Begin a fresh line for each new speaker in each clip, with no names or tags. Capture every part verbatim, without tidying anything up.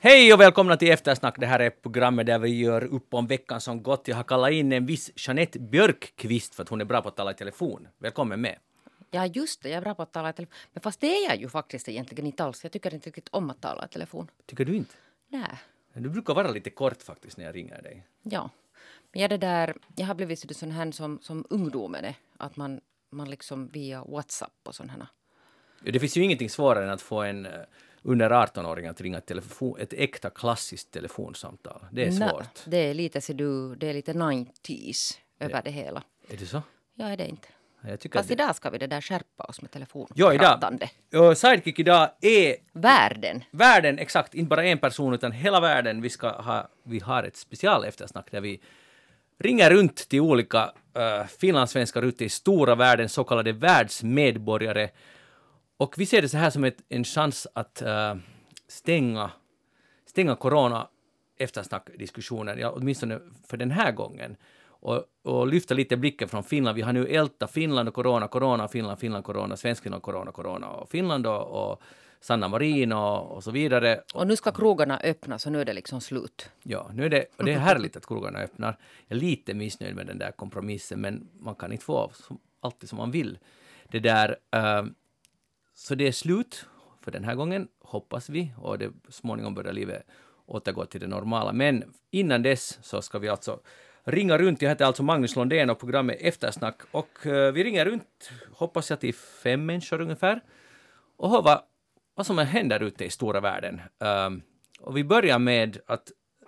Hej och välkomna till Eftersnack. Det här är programmet där vi gör upp om veckan som gått. Jag har kallat in en viss Jeanette Björkqvist för att hon är bra på att tala i telefon. Välkommen med.
Ja just det, jag är bra på att tala i telefon. Men fast det är jag ju faktiskt egentligen inte alls. Jag tycker inte riktigt om att tala i telefon.
Tycker du inte?
Nej.
Du brukar vara lite kort faktiskt när jag ringer dig.
Ja. Men jag, det där, jag har blivit sån här som, som ungdomen är. Att man, man liksom via WhatsApp och sån här.
Ja, det finns ju ingenting svårare än att få en uh, under arton-åring att ringa ett, telefon, ett äkta klassiskt telefonsamtal. Det är svårt.
Nej, det är lite, så du, det är lite nittiotalet över det, det hela.
Är det så?
Ja, är det inte.
Jag tycker
fast
det...
idag ska vi det där skärpa oss med telefon.
Ja, idag. Och Sidekick idag är...
Världen.
Världen, exakt. Inte bara en person utan hela världen. Vi, ska ha, vi har ett special eftersnack där vi ringer runt till olika uh, finlandssvenskar ute i stora världen, så kallade världsmedborgare. Och vi ser det så här som ett, en chans att uh, stänga, stänga corona eftersnackdiskussionen, ja, åtminstone för den här gången. Och, och lyfta lite blicken från Finland. Vi har nu ältat Finland och corona, corona, Finland, Finland, corona, Svenskfinland, corona, corona och Finland och, och Sanna Marin och, och så vidare.
Och nu ska krogarna öppna, så nu är det liksom slut.
Ja, nu är det, och det är härligt att krogarna öppnar. Jag är lite missnöjd med den där kompromissen, men man kan inte få som, alltid som man vill. Det där, uh, så det är slut för den här gången, hoppas vi, och det småningom börjar livet återgå till det normala. Men innan dess så ska vi alltså ringa runt. Jag heter alltså Magnus Londén och programmet Eftersnack. Och uh, vi ringer runt, hoppas jag, till fem människor ungefär. Och hör vad, vad som händer ute i stora världen. Uh, och vi börjar med att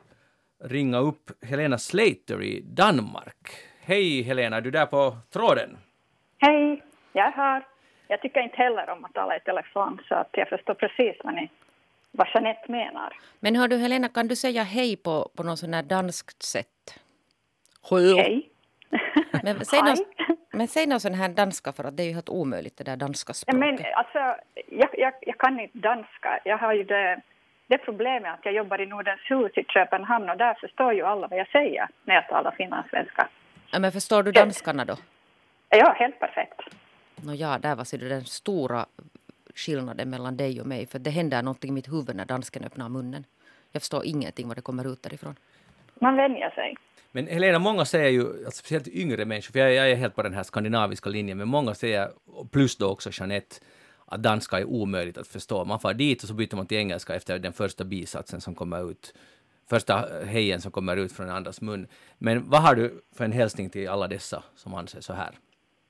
ringa upp Helena Slater i Danmark. Hej Helena, är du där på tråden?
Hej, jag är här. Jag tycker inte heller om att tala i telefon, så att jag förstår precis vad, ni, vad Jeanette menar.
Men hör du Helena, kan du säga hej på, på något sån här danskt sätt?
Hej.
Men säg, någon, men säg någon sån här danska, för att det är ju helt omöjligt det där danska språket.
Men alltså, jag, jag, jag kan inte danska. Jag har ju det, det problemet att jag jobbar i Nordens hus i Köpenhamn, och där förstår ju alla vad jag säger när jag talar finlandssvenska.
Ja, men förstår du danskarna då?
Ja, helt perfekt.
Nå ja, där var så det den stora skillnaden mellan dig och mig. För det händer någonting i mitt huvud när dansken öppnar munnen. Jag förstår ingenting vad det kommer ut därifrån.
Man vänjer sig.
Men Helena, många säger ju, alltså speciellt yngre människor, för jag, jag är helt på den här skandinaviska linjen, men många säger, plus då också Jeanette, att danska är omöjligt att förstå. Man får dit och så byter man till engelska efter den första bisatsen som kommer ut, första hejen som kommer ut från andras mun. Men vad har du för en hälsning till alla dessa som anser så här?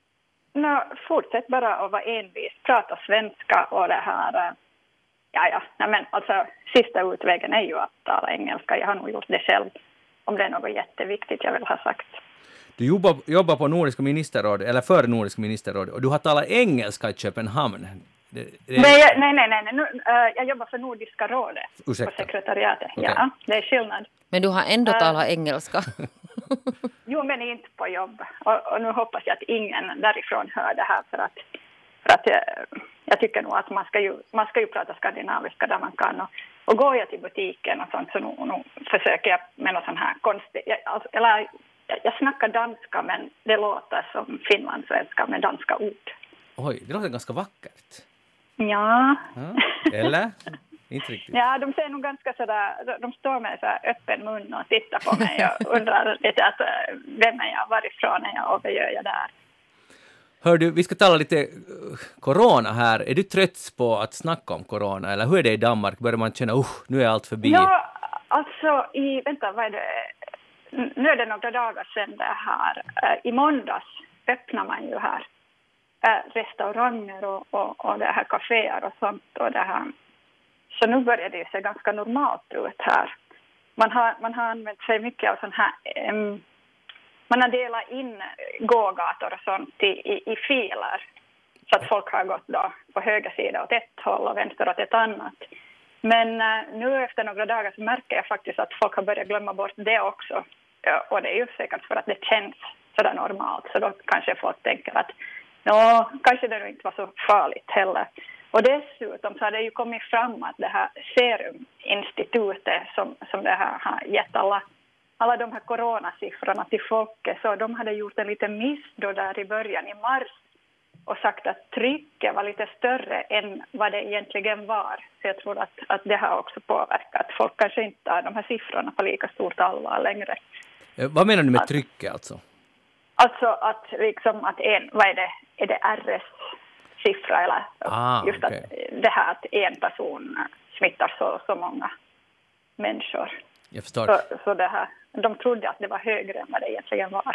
No, fortsätt bara att vara envis, prata svenska och det här, ja ja, nej men alltså sista utvägen är ju att tala engelska. Jag har nog gjort det själv, om det är något jätteviktigt jag vill ha sagt.
Du jobbar, jobbar på Nordiska ministerrådet, eller för Nordiska ministerrådet, och du har talat engelska i Köpenhamn. Det, det...
Nej, nej, nej, nej, nu, uh, jag jobbar för Nordiska rådet.
Ursäkta.
På sekretariatet.
Okay.
Ja, det är skillnad.
Men du har ändå uh, talat engelska.
Jo, men inte på jobb. Och, och nu hoppas jag att ingen därifrån hör det här, för att, för att jag, jag tycker nog att man ska, ju, man ska ju prata skandinaviska där man kan. Och, och går jag till butiken och sånt, så nu, nu försöker jag med något sån här konstigt, jag, alltså, eller jag, jag snackar danska, men det låter som finlandssvenska med danska ord.
Oj, det låter ganska vackert.
Ja.
ja. Eller? Inte riktigt.
Ja, de ser nog ganska sådär, de står med så här öppen mun och tittar på mig och undrar lite att vem är jag, varifrån är jag och vad gör jag där.
Hör du, vi ska tala lite uh, corona här. Är du trött på att snacka om corona, eller hur är det i Danmark? Börjar man känna, uh, nu är allt förbi?
Ja, alltså i, vänta, vad är det? Nu är det några dagar sedan det här. I måndags öppnar man ju här restauranger och, och, och det här kaféer och sånt och det här. Så nu börjar det se ganska normalt ut här. Man har, man har använt sig mycket av sån här, um, man har delat in gågator och sånt i, i, i filer. Så att folk har gått då på höger sida åt ett håll och vänster åt ett annat. Men uh, nu efter några dagar så märker jag faktiskt att folk har börjat glömma bort det också. Ja, och det är ju säkert för att det känns sådär normalt. Så då kanske folk tänker att ja, kanske det inte var så farligt heller. Och dessutom så har det ju kommit fram att det här Seruminstitutet som, som det här har gett alla, alla de här coronasiffrorna till folket, så de hade gjort en liten miss då där i början i mars och sagt att trycket var lite större än vad det egentligen var. Så jag tror att, att det har också påverkat. Folk kanske inte tar de här siffrorna på lika stort allvar längre.
Eh, vad menar du med
att,
trycket alltså?
Alltså att liksom att en, vad är det, är det R S-siffra eller
Ah,
just
okay.
att det här att en person smittar så, så många människor.
Jag förstår.
Så, så det här, de trodde att det var högre än vad det egentligen var.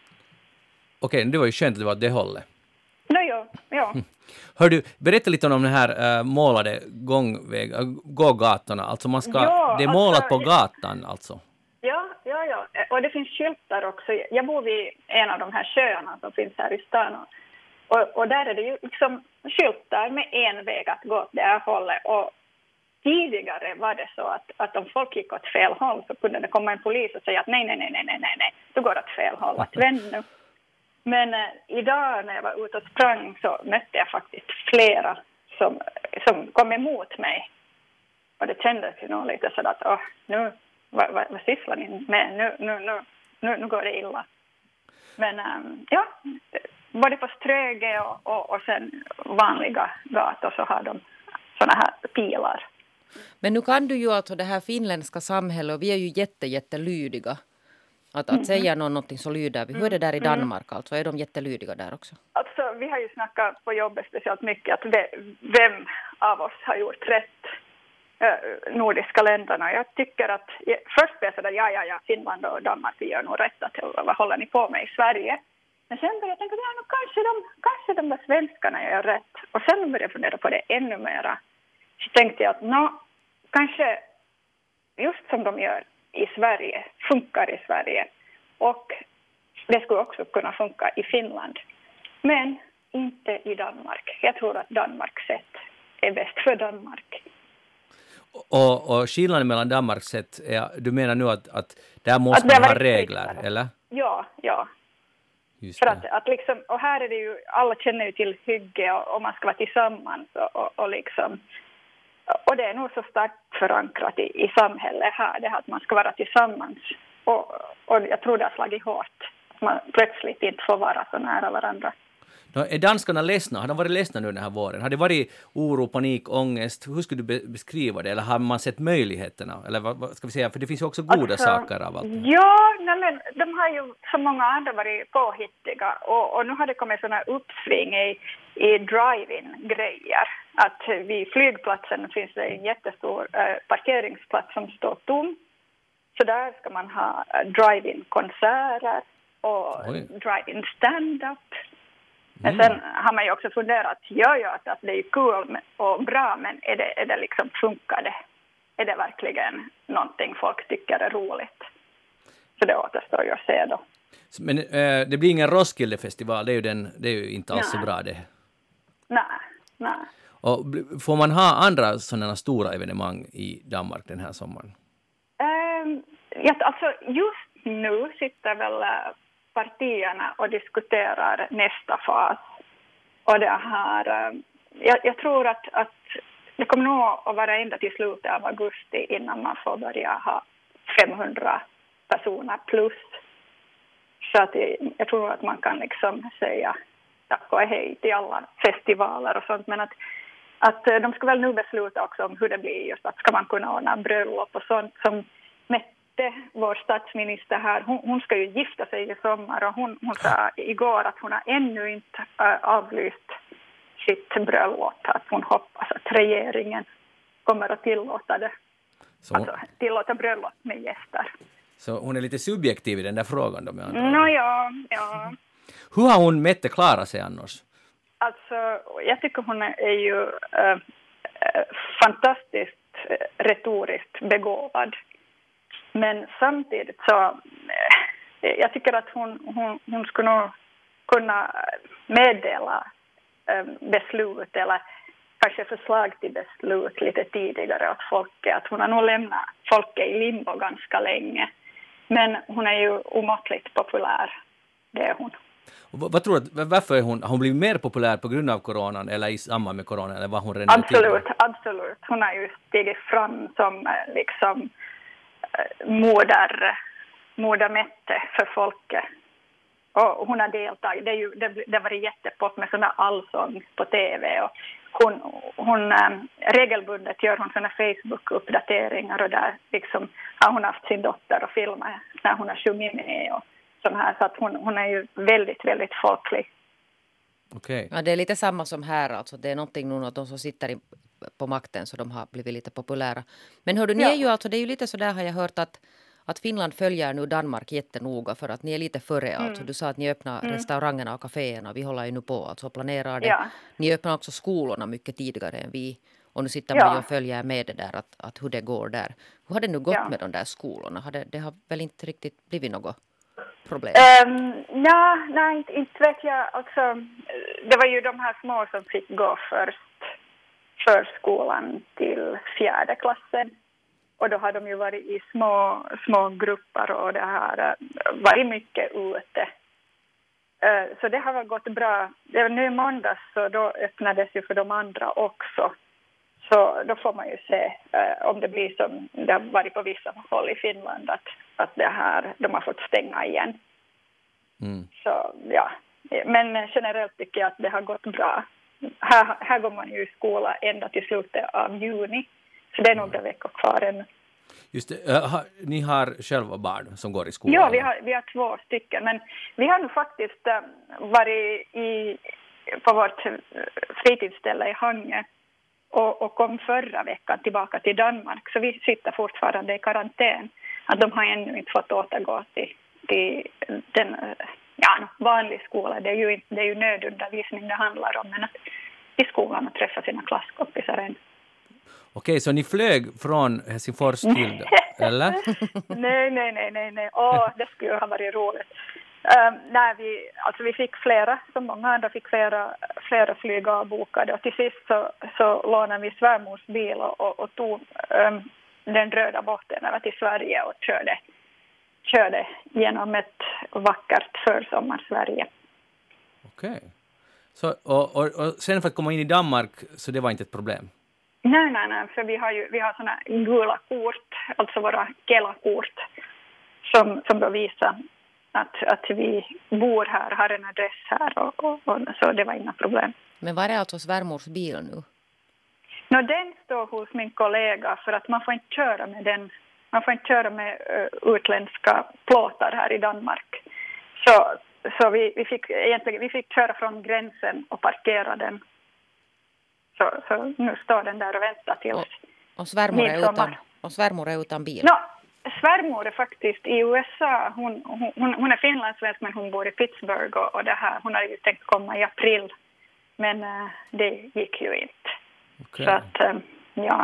Okej, det var ju skönt att det var det hållet.
No, ja, ja.
Hör du, berätta lite om den här äh, målade gångväg, äh, gågatorna. Alltså man ska,
Ja,
det är målat
alltså,
på gatan alltså.
Ja, ja, ja. Och det finns skyltar också. Jag bor vid en av de här sjöarna som finns här i stan. Och, och där är det ju liksom skyltar med en väg att gå åt det här hållet. Och tidigare var det så att, att om folk gick åt fel håll så kunde det komma en polis och säga att nej, nej, nej, nej, nej, nej, du går åt fel håll, att vänd nu. Men eh, idag när jag var ute och sprang så mötte jag faktiskt flera som, som kom emot mig. Och det kändes ju nog lite så att åh, nu, vad, vad, vad sysslar ni med? Nu, nu, nu, nu, nu går det illa. Men ähm, ja, både på Ströge och, och, och sen vanliga gator så har de såna här pilar.
Men nu kan du ju alltså det här finländska samhället och vi är ju jätte, jättelydiga. Att, att mm. säga någonting så lyder vi. Hur är det där i Danmark alltså? Är de jättelydiga där också?
Alltså vi har ju snackat på jobbet speciellt mycket att det, vem av oss har gjort rätt äh, nordiska länderna. Jag tycker att först är det ja, ja, ja, Finland och Danmark vi gör nog rätt. Att, vad håller ni på med i Sverige? Men sen började jag tänka att ja, kanske, de, kanske de där svenskarna gör rätt. Och sen började jag fundera på det ännu mera. Så tänkte jag att no, kanske just som de gör i Sverige, funkar i Sverige. Och det skulle också kunna funka i Finland. Men inte i Danmark. Jag tror att Danmarks sätt är bäst för Danmark.
Och, och skillnaden mellan Danmarks sätt, är, du menar nu att, att där måste
att
man ha regler,
striktare.
eller?
Ja, ja.
Just
för
det.
att, att liksom, och här är det ju, alla känner ju till hygge och, och man ska vara tillsammans och, och, och liksom... Och det är nog så starkt förankrat i, i samhället här, det här att man ska vara tillsammans. Och, och jag tror det har slagit hårt. Att man plötsligt inte får vara så nära varandra.
Nå, är danskarna ledsna? Har de varit ledsna nu den här våren? Har det varit oro, panik, ångest? Hur skulle du be- beskriva det? Eller har man sett möjligheterna? Eller vad, vad ska vi säga? För det finns ju också goda
alltså,
saker av allt.
Ja, nej, men de har ju som många andra varit påhittiga. Och, och nu har det kommit sådana uppsving i, i drive-in-grejer. Att vid flygplatsen finns det en jättestor äh, parkeringsplats som står tom. Så där ska man ha äh, drive-in-konserter och Oj. drive-in stand-up. Men mm. sen har man ju också funderat, ja, ja, att, att det är kul och bra, men är det, är det liksom, funkar det? Är det verkligen någonting folk tycker är roligt? Så det återstår ju att se då.
Men äh, det blir ingen Roskilde-festival, det är ju, den, det är ju inte alls så bra det.
Nej, nej.
Och får man ha andra sådana stora evenemang i Danmark den här sommaren?
Um, ja, alltså just nu sitter väl partierna och diskuterar nästa fas. Och det här, um, jag, jag tror att, att det kommer nog att vara ända till slutet av augusti innan man får börja ha femhundra personer plus. Så att jag tror att man kan liksom säga tack och hej till alla festivaler och sånt, men att Att de ska väl nu besluta också om hur det blir, just att ska man kunna ordna bröllop och sånt. Som Mette, vår statsminister här, hon, hon ska ju gifta sig i sommar och hon, hon sa igår att hon har ännu inte äh, avlyst sitt bröllop. Att hon hoppas att regeringen kommer att tillåta det. Så hon... Alltså tillåta bröllop med gäster.
Så hon är lite subjektiv i den där frågan då med andra ord.
Nå ja, ja.
Hur har hon Mette klarat sig annars?
Alltså, jag tycker hon är ju äh, fantastiskt äh, retoriskt begåvad. Men samtidigt så, äh, jag tycker att hon, hon, hon skulle nog kunna meddela äh, beslut eller kanske förslag till beslut lite tidigare åt folket. Att hon har nog lämnat folket i limbo ganska länge. Men hon är ju omåttligt populär, det är hon.
Och vad tror du, varför är hon, har hon blivit mer populär på grund av coronan eller i samband med corona eller var hon redan
absolut, tidigare? Absolut, hon har ju stigit fram som liksom moder, modermätte för folket. Och hon har deltagit. Det, är ju, det, det har varit jättepop med sådana allsång på tv. Och hon, hon ähm, regelbundet gör hon sådana Facebook-uppdateringar. Och där liksom, har hon haft sin dotter och filmat när hon har sjungit med. Och sån här, så att hon, hon är ju väldigt, väldigt folklig.
Okay.
Ja, det är lite samma som här. Alltså. Det är någonting nu att de som sitter i, på makten så de har blivit lite populära. Men hördu, ni
Ja.
är ju alltså, det är ju lite så där har jag hört att Att Finland följer nu Danmark jättenoga för att ni är lite före. Mm. Alltså. Du sa att ni öppnar mm. restaurangerna och kaféerna. Vi håller ju nu på alltså, och planerar det.
Ja.
Ni öppnar också skolorna mycket tidigare än vi. Och nu sitter
Ja.
man ju och följer med det där att, att hur det går där. Hur har det nu gått
Ja.
med de där skolorna? Har det, det har väl inte riktigt blivit något problem?
Um, ja, nej, inte vet jag. Alltså, det var ju de här små som fick gå först förskolan till fjärde klassen. Och då har de ju varit i små, små grupper och det har varit mycket ute. Så det har gått bra. Det var nu i måndags så då öppnades ju för de andra också. Så då får man ju se om det blir som det har varit på vissa håll i Finland att, att det här, de har fått stänga igen.
Mm.
Så ja, men generellt tycker jag att det har gått bra. Här, här går man ju i skola ända till slutet av juni. Så det är några veckor kvar än.
Just det. Uh, ni har själva barn som går i skolan?
Ja, vi har, vi har två stycken. Men vi har nu faktiskt uh, varit i, på vårt fritidsställe i Hangö och, och kom förra veckan tillbaka till Danmark. Så vi sitter fortfarande i karantän. Att de har ännu inte fått återgå till, till den ja, vanlig skola. Det är, ju, det är ju nödundervisning det handlar om. Men att i skolan och träffa sina klasskompisar än.
Okej, så ni flög från Helsingfors till, eller?
nej, nej, nej, nej, nej. Åh, det skulle ha varit roligt. Um, nej, vi, alltså vi fick flera, som många andra fick flera, flera flyg avbokade. Och till sist så, så lånade vi svärmors bil och, och, och tog um, den röda båten över till Sverige och körde, körde genom ett vackert försommar-Sverige.
Okej. Så, och, och, och sen för att komma in i Danmark så det var inte ett problem?
Nej, nej, nej, för vi har ju vi har såna gula kort, alltså våra Kela-kort som, som då visar att, att vi bor här, har en adress här och, och, och så det var inga problem.
Men var är alltså svärmors bil nu?
Nå, den står hos min kollega för att man får inte köra med den, man får inte köra med uh, utländska plåtar här i Danmark. Så, så vi, vi, fick, egentligen, vi fick köra från gränsen och parkera den. Så, så nu står den där och väntar till
och, och, svärmor är utan, och svärmor är utan bil?
No, svärmor är faktiskt i U S A. Hon, hon, hon är finlandssvensk men hon bor i Pittsburgh. Och, och det här, hon hade ju tänkt komma i april. Men uh, det gick ju inte. Okay. Så att, um, ja.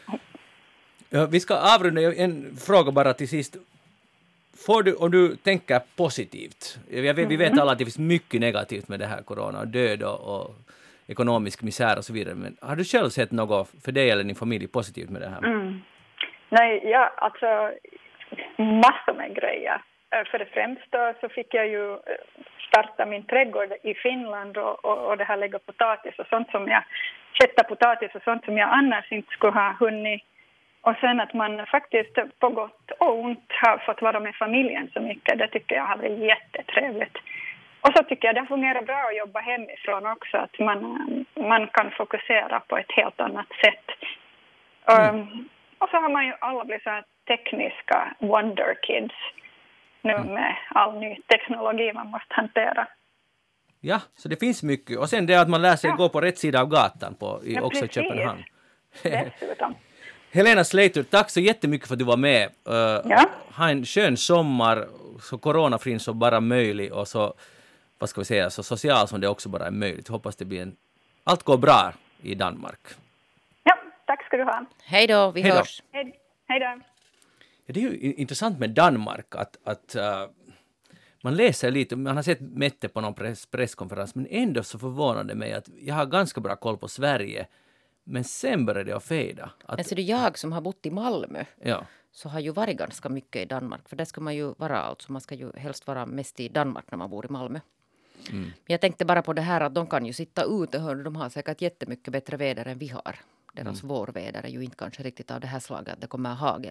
ja. Vi ska avrunda en fråga bara till sist. Får du, om du tänker positivt. Jag vet, vi vet alla att det finns mycket negativt med det här corona. Död och... och ekonomisk misär och så vidare. Men har du själv sett något för dig eller din familj positivt med det här?
Mm. Nej, ja, alltså massor med grejer. För det främsta så fick jag ju starta min trädgård i Finland och, och, och det här lägga potatis och sånt som jag, sätta potatis och sånt som jag annars inte skulle ha hunnit. Och sen att man faktiskt på gott och ont har fått vara med familjen så mycket, det tycker jag har varit jättetrevligt. Och så tycker jag det fungerar bra att jobba hemifrån också. Att man, man kan fokusera på ett helt annat sätt. Mm. Um, och så har man ju alla blivit så här tekniska wonder kids. Nu mm. med all ny teknologi man måste hantera.
Ja, så det finns mycket. Och sen det att man lär sig ja. gå på rätt sida av gatan på, i,
ja,
också i Köpenhamn.
Dessutom.
Helena Slater, tack så jättemycket för att du var med. Uh,
ja.
Ha en skön sommar, så coronafri så bara möjlig och så vad ska vi säga, så social som det också bara är möjligt. Hoppas det blir en... Allt går bra i Danmark.
Ja, tack ska du ha.
Hej då, vi
Hej då.
hörs.
Hej, hej då.
Ja, det är ju intressant med Danmark att, att uh, man läser lite, man har sett Mette på någon press, presskonferens, men ändå så förvånar det mig att jag har ganska bra koll på Sverige, men sen började det att fejda. Att,
men så det är jag som har bott i Malmö.
Ja.
Så har ju varit ganska mycket i Danmark, för där ska man ju vara, alltså man ska ju helst vara mest i Danmark när man bor i Malmö. Mm. Men jag tänkte bara på det här att de kan ju sitta ute, hör, de har säkert jättemycket bättre väder än vi har. Deras mm. vårväder är ju inte kanske riktigt av det här slaget att det kommer hagel.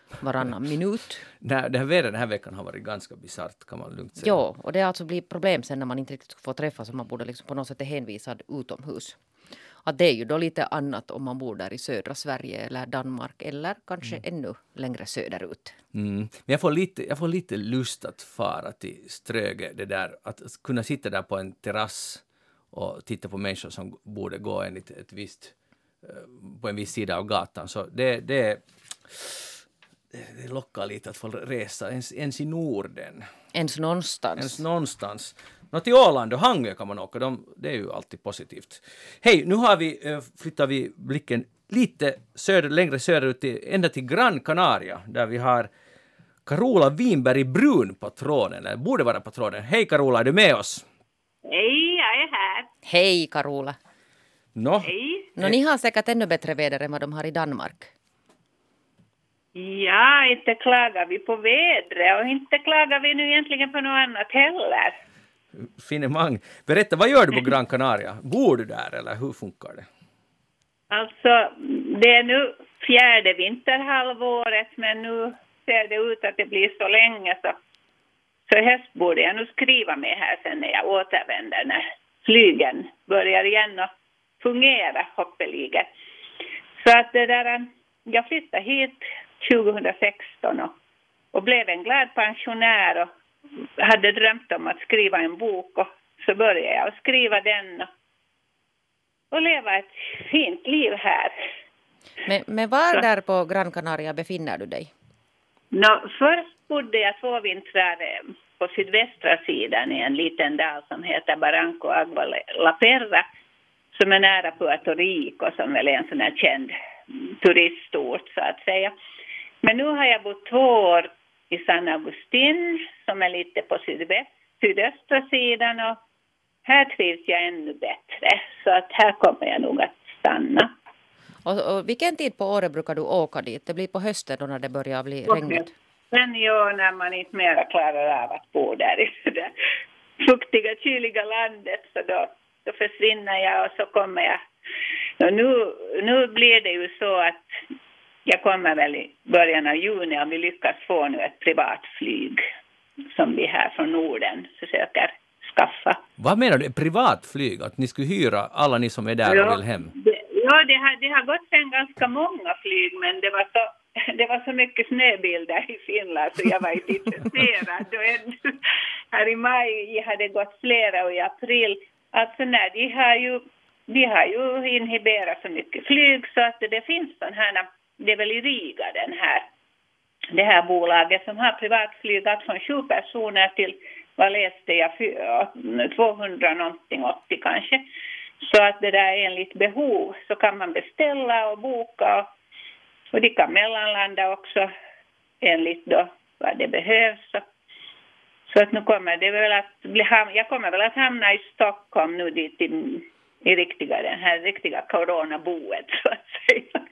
varannan minut.
Nej, det här vädret den här veckan har varit ganska bisarrt, kan man lugnt säga.
Jo, och det alltså blir problem sen när man inte riktigt får träffas och man borde liksom på något sätt är hänvisad utomhus. Att det är ju då lite annat om man bor där i södra Sverige eller Danmark eller kanske mm. ännu längre söderut.
Mm. Men jag får, lite, jag får lite lust att fara till Ströge, det där, att kunna sitta där på en terrass och titta på människor som borde gå enligt ett visst, på en viss sida av gatan. Så det, det, det lockar lite att få resa ens, ens i Norden.
Ens någonstans.
Ens någonstans. Nå, till Åland och Hangö kan man åka, de, det är ju alltid positivt. Hej, nu har vi, flyttar vi blicken lite söder, längre söderut, till, ända till Gran Canaria, där vi har Carola Winberg Brun på tråden, eller borde vara på tråden. Hej Carola, är du med oss?
Hej, jag är här.
Hej Carola.
Nå,
Hej.
Nå, ni har säkert ännu bättre väder än vad de har i Danmark.
Ja, inte klagar vi på vädret och inte klagar vi nu egentligen på något annat heller.
finemang. Berätta, vad gör du på Gran Canaria? Bor du där eller hur funkar det?
Alltså, det är nu fjärde vinterhalvåret, men nu ser det ut att det blir så länge så, så höst borde jag nu skriva med här sen när jag återvänder, när flygen börjar igen och fungera hoppeligen. Så att det där, jag flyttade hit tjugohundrasexton och, och blev en glad pensionär och hade drömt om att skriva en bok, och så började jag skriva den och, och leva ett fint liv här.
Men, men var så. Där på Gran Canaria befinner du dig?
No, först bodde jag två vintrar på sydvästra sidan i en liten dal som heter Barranco Agua La Perra, som är nära Puerto Rico, som väl är en sån här känd turistort så att säga. Men nu har jag bott två år i San Agustin som är lite på sydväst, sydöstra sidan, och här trivs jag ännu bättre. Så att här kommer jag nog att stanna.
Och, och vilken tid på året brukar du åka dit? Det blir på hösten då när det börjar bli
okay.
regnigt.
Men jo, när man inte mer klarar av att bo där i det fuktiga, kyliga landet, så då, då försvinner jag och så kommer jag. Och nu, nu blir det ju så att jag kommer väl i början av juni om vi lyckas få nu ett privatflyg som vi här från Norden försöker skaffa.
Vad menar du? Privatflyg? Att ni skulle hyra alla ni som är där
ja,
och vill hem?
Det, ja, det har, det har gått sen ganska många flyg, men det var så, det var så mycket snöbilder i Finland så jag var inte intresserad. Då här i maj hade det gått flera och i april. Alltså när de har ju, de har ju inhiberat så mycket flyg så att det finns sån här. Det är väl i Riga den här, det här bolaget som har privatflygat från sju personer till, vad läste jag, tvåhundra någonting, åttio kanske. Så att det där enligt behov så kan man beställa och boka och, och de kan mellanlanda också enligt då vad det behövs. Så, så att nu kommer det väl att bli, jag kommer väl att hamna i Stockholm nu dit i, i riktiga, den här riktiga coronaboet så att säga.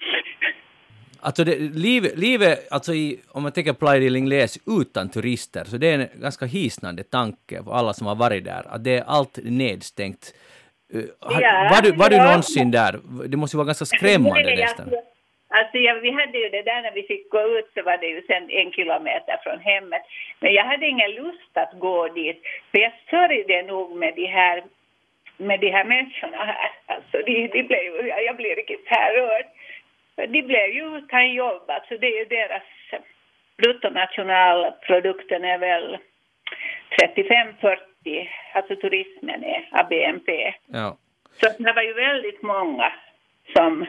Alltså det, livet, livet alltså i, om man tänker Playa del Ingles utan turister, så det är en ganska hisnande tanke på alla som har varit där, att det är allt nedstängt. Uh,
ja,
var du, var
ja.
du någonsin där? Det måste ju vara ganska skrämmande nästan.
Alltså ja, vi hade ju det där när vi fick gå ut så var det ju sen en kilometer från hemmet. Men jag hade ingen lust att gå dit, för jag sörjde nog med de här, med de här människorna här. Alltså de, de blev, jag blir riktigt här rörd. De blev ju utan jobb, alltså det är ju deras bruttonationalprodukten är väl trettiofem fyrtio, alltså turismen är av B N P.
Ja.
Så det var ju väldigt många som,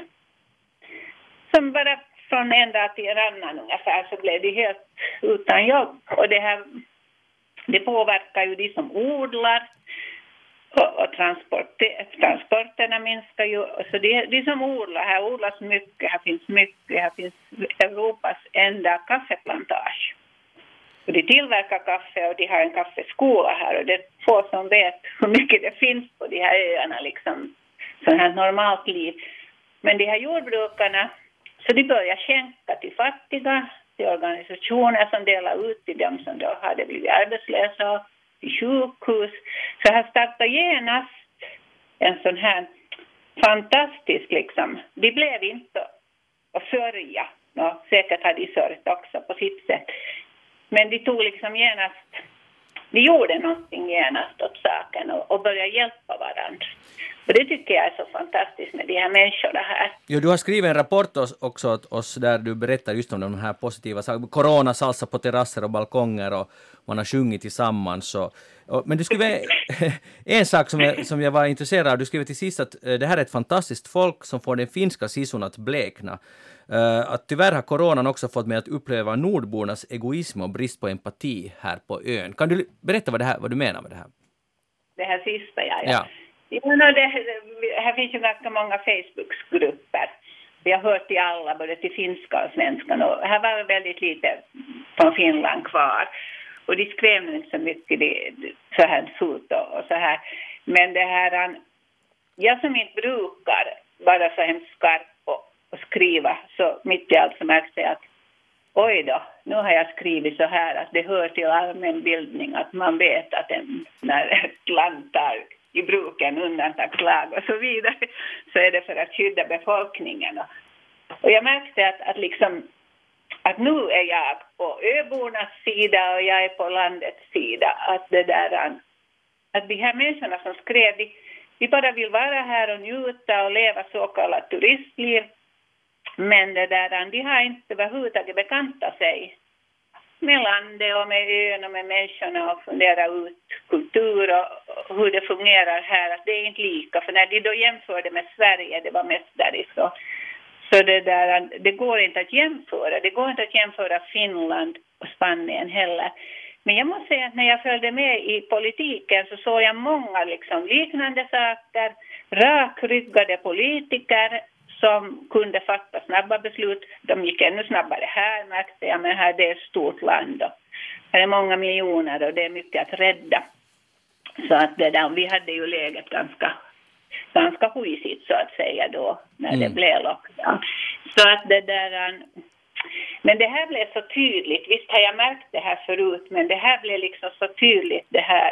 som bara från en dag till en annan ungefär så blev de helt utan jobb. Och det här, det påverkar ju de som odlar. Och, och transport, transporterna minskar ju. Så det, det som odlar, här odlas mycket, här finns mycket, här finns Europas enda kaffeplantage. Och de tillverkar kaffe och de har en kaffeskola här och det är få som vet hur mycket det finns på de här öarna, liksom så här normalt liv. Men de här jordbrukarna, så de börjar skänka till fattiga, till organisationer som delar ut till dem som då hade blivit arbetslösa, i sjukhus. Så här startade genast en sån här fantastisk liksom. De blev inte att sörja och säkert har de sörjt också på sitt sätt. Men de tog liksom genast, de gjorde någonting genast åt saken och, och började hjälpa varandra. Och det tycker jag är så fantastiskt med de här människorna här.
Jo, du har skrivit en rapport också åt oss där du berättar just om de här positiva sakerna. Corona, salsa på terrasser och balkonger och man har sjungit tillsammans. Och, och, men du skrev en sak som jag, som jag var intresserad av. Du skrev till sist att uh, det här är ett fantastiskt folk som får den finska sisun att blekna. Uh, att tyvärr har coronan också fått mig att uppleva nordbornas egoism och brist på empati här på ön. Kan du berätta vad, det här, vad du menar med det här?
Det här sista, ja. ja.
Ja.
Ja, no, det, här finns ju ganska många Facebookgrupper. Vi har hört till alla, både till finska och svenska. Och här var väldigt lite från Finland kvar. Och de skrev inte så mycket det, så här fot och, och så här. Men det här, jag som inte brukar vara så hemskt skarp och, och skriva, så mitt i allt så märkte jag att oj då, nu har jag skrivit så här att det hör till allmänbildning att man vet att en, när ett land tar i bruken undantagslag och så vidare, så är det för att skydda befolkningen. Och jag märkte att, att, liksom, att nu är jag på öbornas sida och jag är på landets sida. Att, det där, att de här människorna som skrev, de, de bara vill vara här och njuta och leva så kallat turistliv. Men det där, de har inte överhuvudtaget bekantat sig med landet och med ön och med människorna och fundera ut kultur och hur det fungerar här. Att det är inte lika. För när de då jämförde med Sverige, det var mest därifrån. Så det, där, det går inte att jämföra. Det går inte att jämföra Finland och Spanien heller. Men jag måste säga att när jag följde med i politiken så såg jag många liksom liknande saker. Rakryggade politiker som kunde fatta snabba beslut. De gick ännu snabbare här, märkte jag, men här det är ett stort land. Och här är många miljoner och det är mycket att rädda. Så att det där, vi hade ju läget ganska, ganska huisigt så att säga då, när mm. det blev lockdown. Så att det där... Men det här blev så tydligt. Visst har jag märkt det här förut, men det här blev liksom så tydligt det här.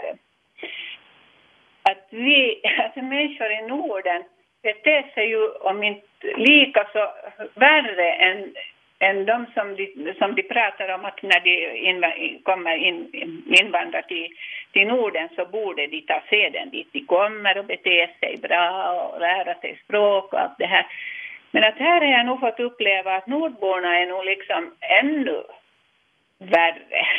Att vi, alltså människor i Norden, det är ju om inte lika så värre än, än de som, de som de pratar om att när de inv- kommer in, invandrar till, till Norden så borde de ta seden dit de kommer och bete sig bra och lära sig språk och allt det här. Men att här har jag nog fått uppleva att nordborna är nog liksom ännu värre.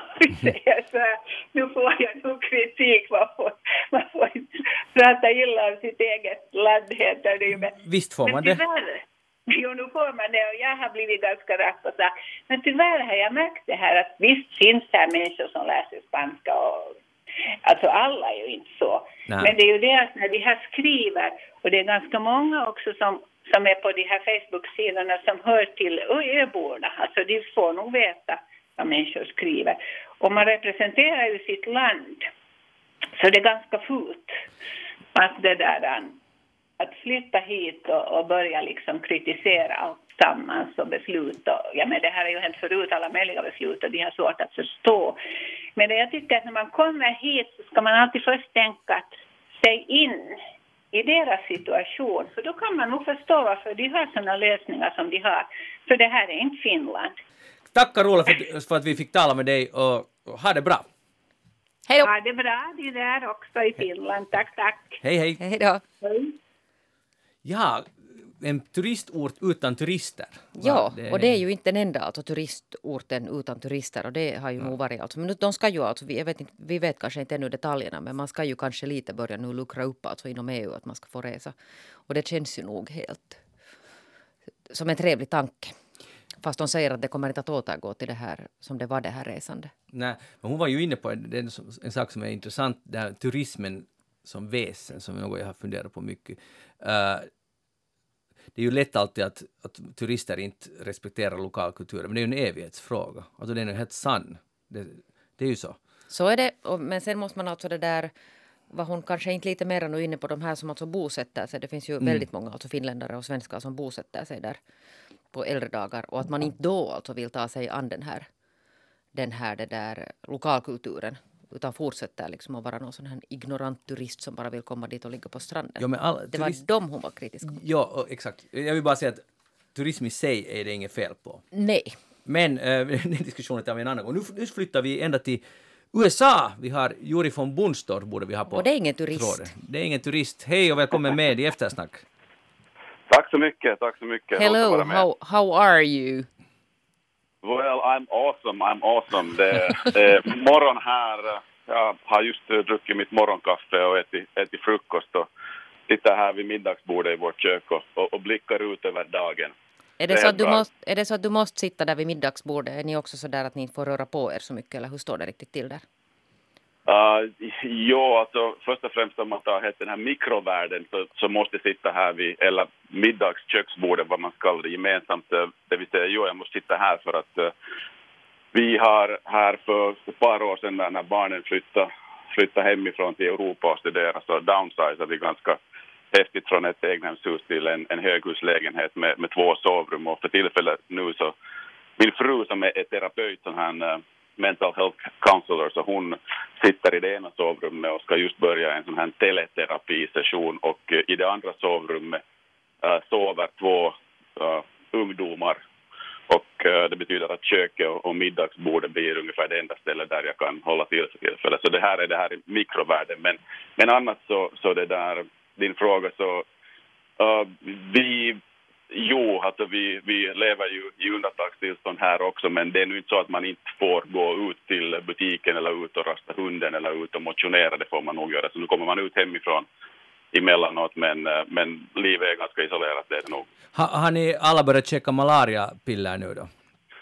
Så nu får jag nog kritik. Man får, man får inte prata illa om sitt eget land. Heter det. Men,
visst får man det.
Tyvärr, jo, nu får man det och jag har blivit ganska rapp och så. Men tyvärr har jag märkt det här att visst finns det här människor som läser spanska och alltså alla är ju inte så. Nej. Men det är ju det att när de här skriver och det är ganska många också som som är på de här Facebook-sidorna som hör till öborna. Alltså de får nog veta vad människor skriver. Och man representerar ju sitt land. Så det är ganska fult att det där att flytta hit och, och börja liksom kritisera allt sammans och beslut. Och, ja, men det här är ju helt förut alla möjliga beslut och de har svårt att förstå. Men det jag tycker att när man kommer hit så ska man alltid först tänka att sig in i deras situation. För då kan man nog förstå varför de har sådana lösningar som de har. För det här är inte Finland.
Tack Carola för, för att vi fick tala med dig och, och ha det bra.
Hej då.
Ha det bra, det där också i Finland. Tack, tack.
Hej, hej.
Hej då.
Hej.
Ja, en turistort utan turister.
Ja, det... och det är ju inte den enda alltså, turistorten utan turister och det har ju ja. nog varit alltså. Men de ska ju alltså, vi vet, inte, vi vet kanske inte ännu detaljerna men man ska ju kanske lite börja nu luckra upp alltså inom E U att man ska få resa. Och det känns ju nog helt som en trevlig tanke. Fast de säger att det kommer inte att återgå till det här som det var det här resande. Nej,
men hon var ju inne på en, en, en sak som är intressant, det här turismen som väsen som något jag har funderat på mycket. Uh, Det är ju lätt alltid att, att turister inte respekterar lokalkulturen, men det är ju en evighetsfråga. Alltså det är ju helt sann. Det, det är ju så.
Så är det, och, men sen måste man alltså det där, var hon kanske inte lite mer nu inne på de här som alltså bosätter sig. Det finns ju mm. väldigt många alltså finländare och svenskar som bosätter sig där på äldre dagar. Och att man inte då alltså vill ta sig an den här, den här det där lokalkulturen. Utan fortsätter liksom att vara någon sån här ignorant turist som bara vill komma dit och ligga på stranden.
Jo, men all,
det var
turist...
de hon var kritisk.
Ja, exakt. Jag vill bara säga att turism i sig är det inget fel på.
Nej.
Men äh, den diskussionen tar vi en annan gång. Nu, nu flyttar vi ända till U S A. Vi har Juri von Bunstorp borde vi ha på.
Och det är ingen turist.
Tråden. Det är ingen turist. Hej och välkommen med i Eftersnack.
Tack så mycket, tack så mycket.
Hello, how, how are you?
Well, I'm awesome, I'm awesome. Det är morgon här. Jag har just druckit mitt morgonkaffe och ätit, ätit frukost och sitter här vid middagsbordet i vårt kök och, och, och blickar ut över dagen.
Är det, det, så att du måste, är det så att du måste sitta där vid middagsbordet? Är ni också så där att ni inte får röra på er så mycket? Eller hur står det riktigt till där?
Uh, jo, alltså först och främst om man tar den här mikrovärlden så, så måste sitta här vid, eller middagsköksbordet vad man kallar det gemensamt. Det vill säga, jo, jag måste sitta här för att uh, vi har här för ett par år sedan när barnen flyttade, flyttade hemifrån till Europa och studerade så downsizade vi ganska häftigt från ett egnahemshus till en, en höghuslägenhet med, med två sovrum. Och för tillfället nu så min fru som är, är terapeut, sån här uh, mental health counselor, så hon sitter i det ena sovrummet och ska just börja en sån här teleterapisession. Och uh, i det andra sovrummet uh, sover två uh, ungdomar. Och uh, det betyder att köket och, och middagsbordet blir ungefär det enda stället där jag kan hålla till för tillfället. Så det här är det här i mikrovärlden. Men, men annars så, så det där, din fråga så uh, vi, jo, alltså vi, vi lever ju i undantagstillstånd här också, men det är nu inte så att man inte får gå ut till butiken eller ut och rasta hunden eller ut och motionera, det får man nog göra. Så nu kommer man ut hemifrån emellanåt, men, men livet är ganska isolerat, det är det nog.
Ha, har ni alla börjat checka malaria-piller nu då?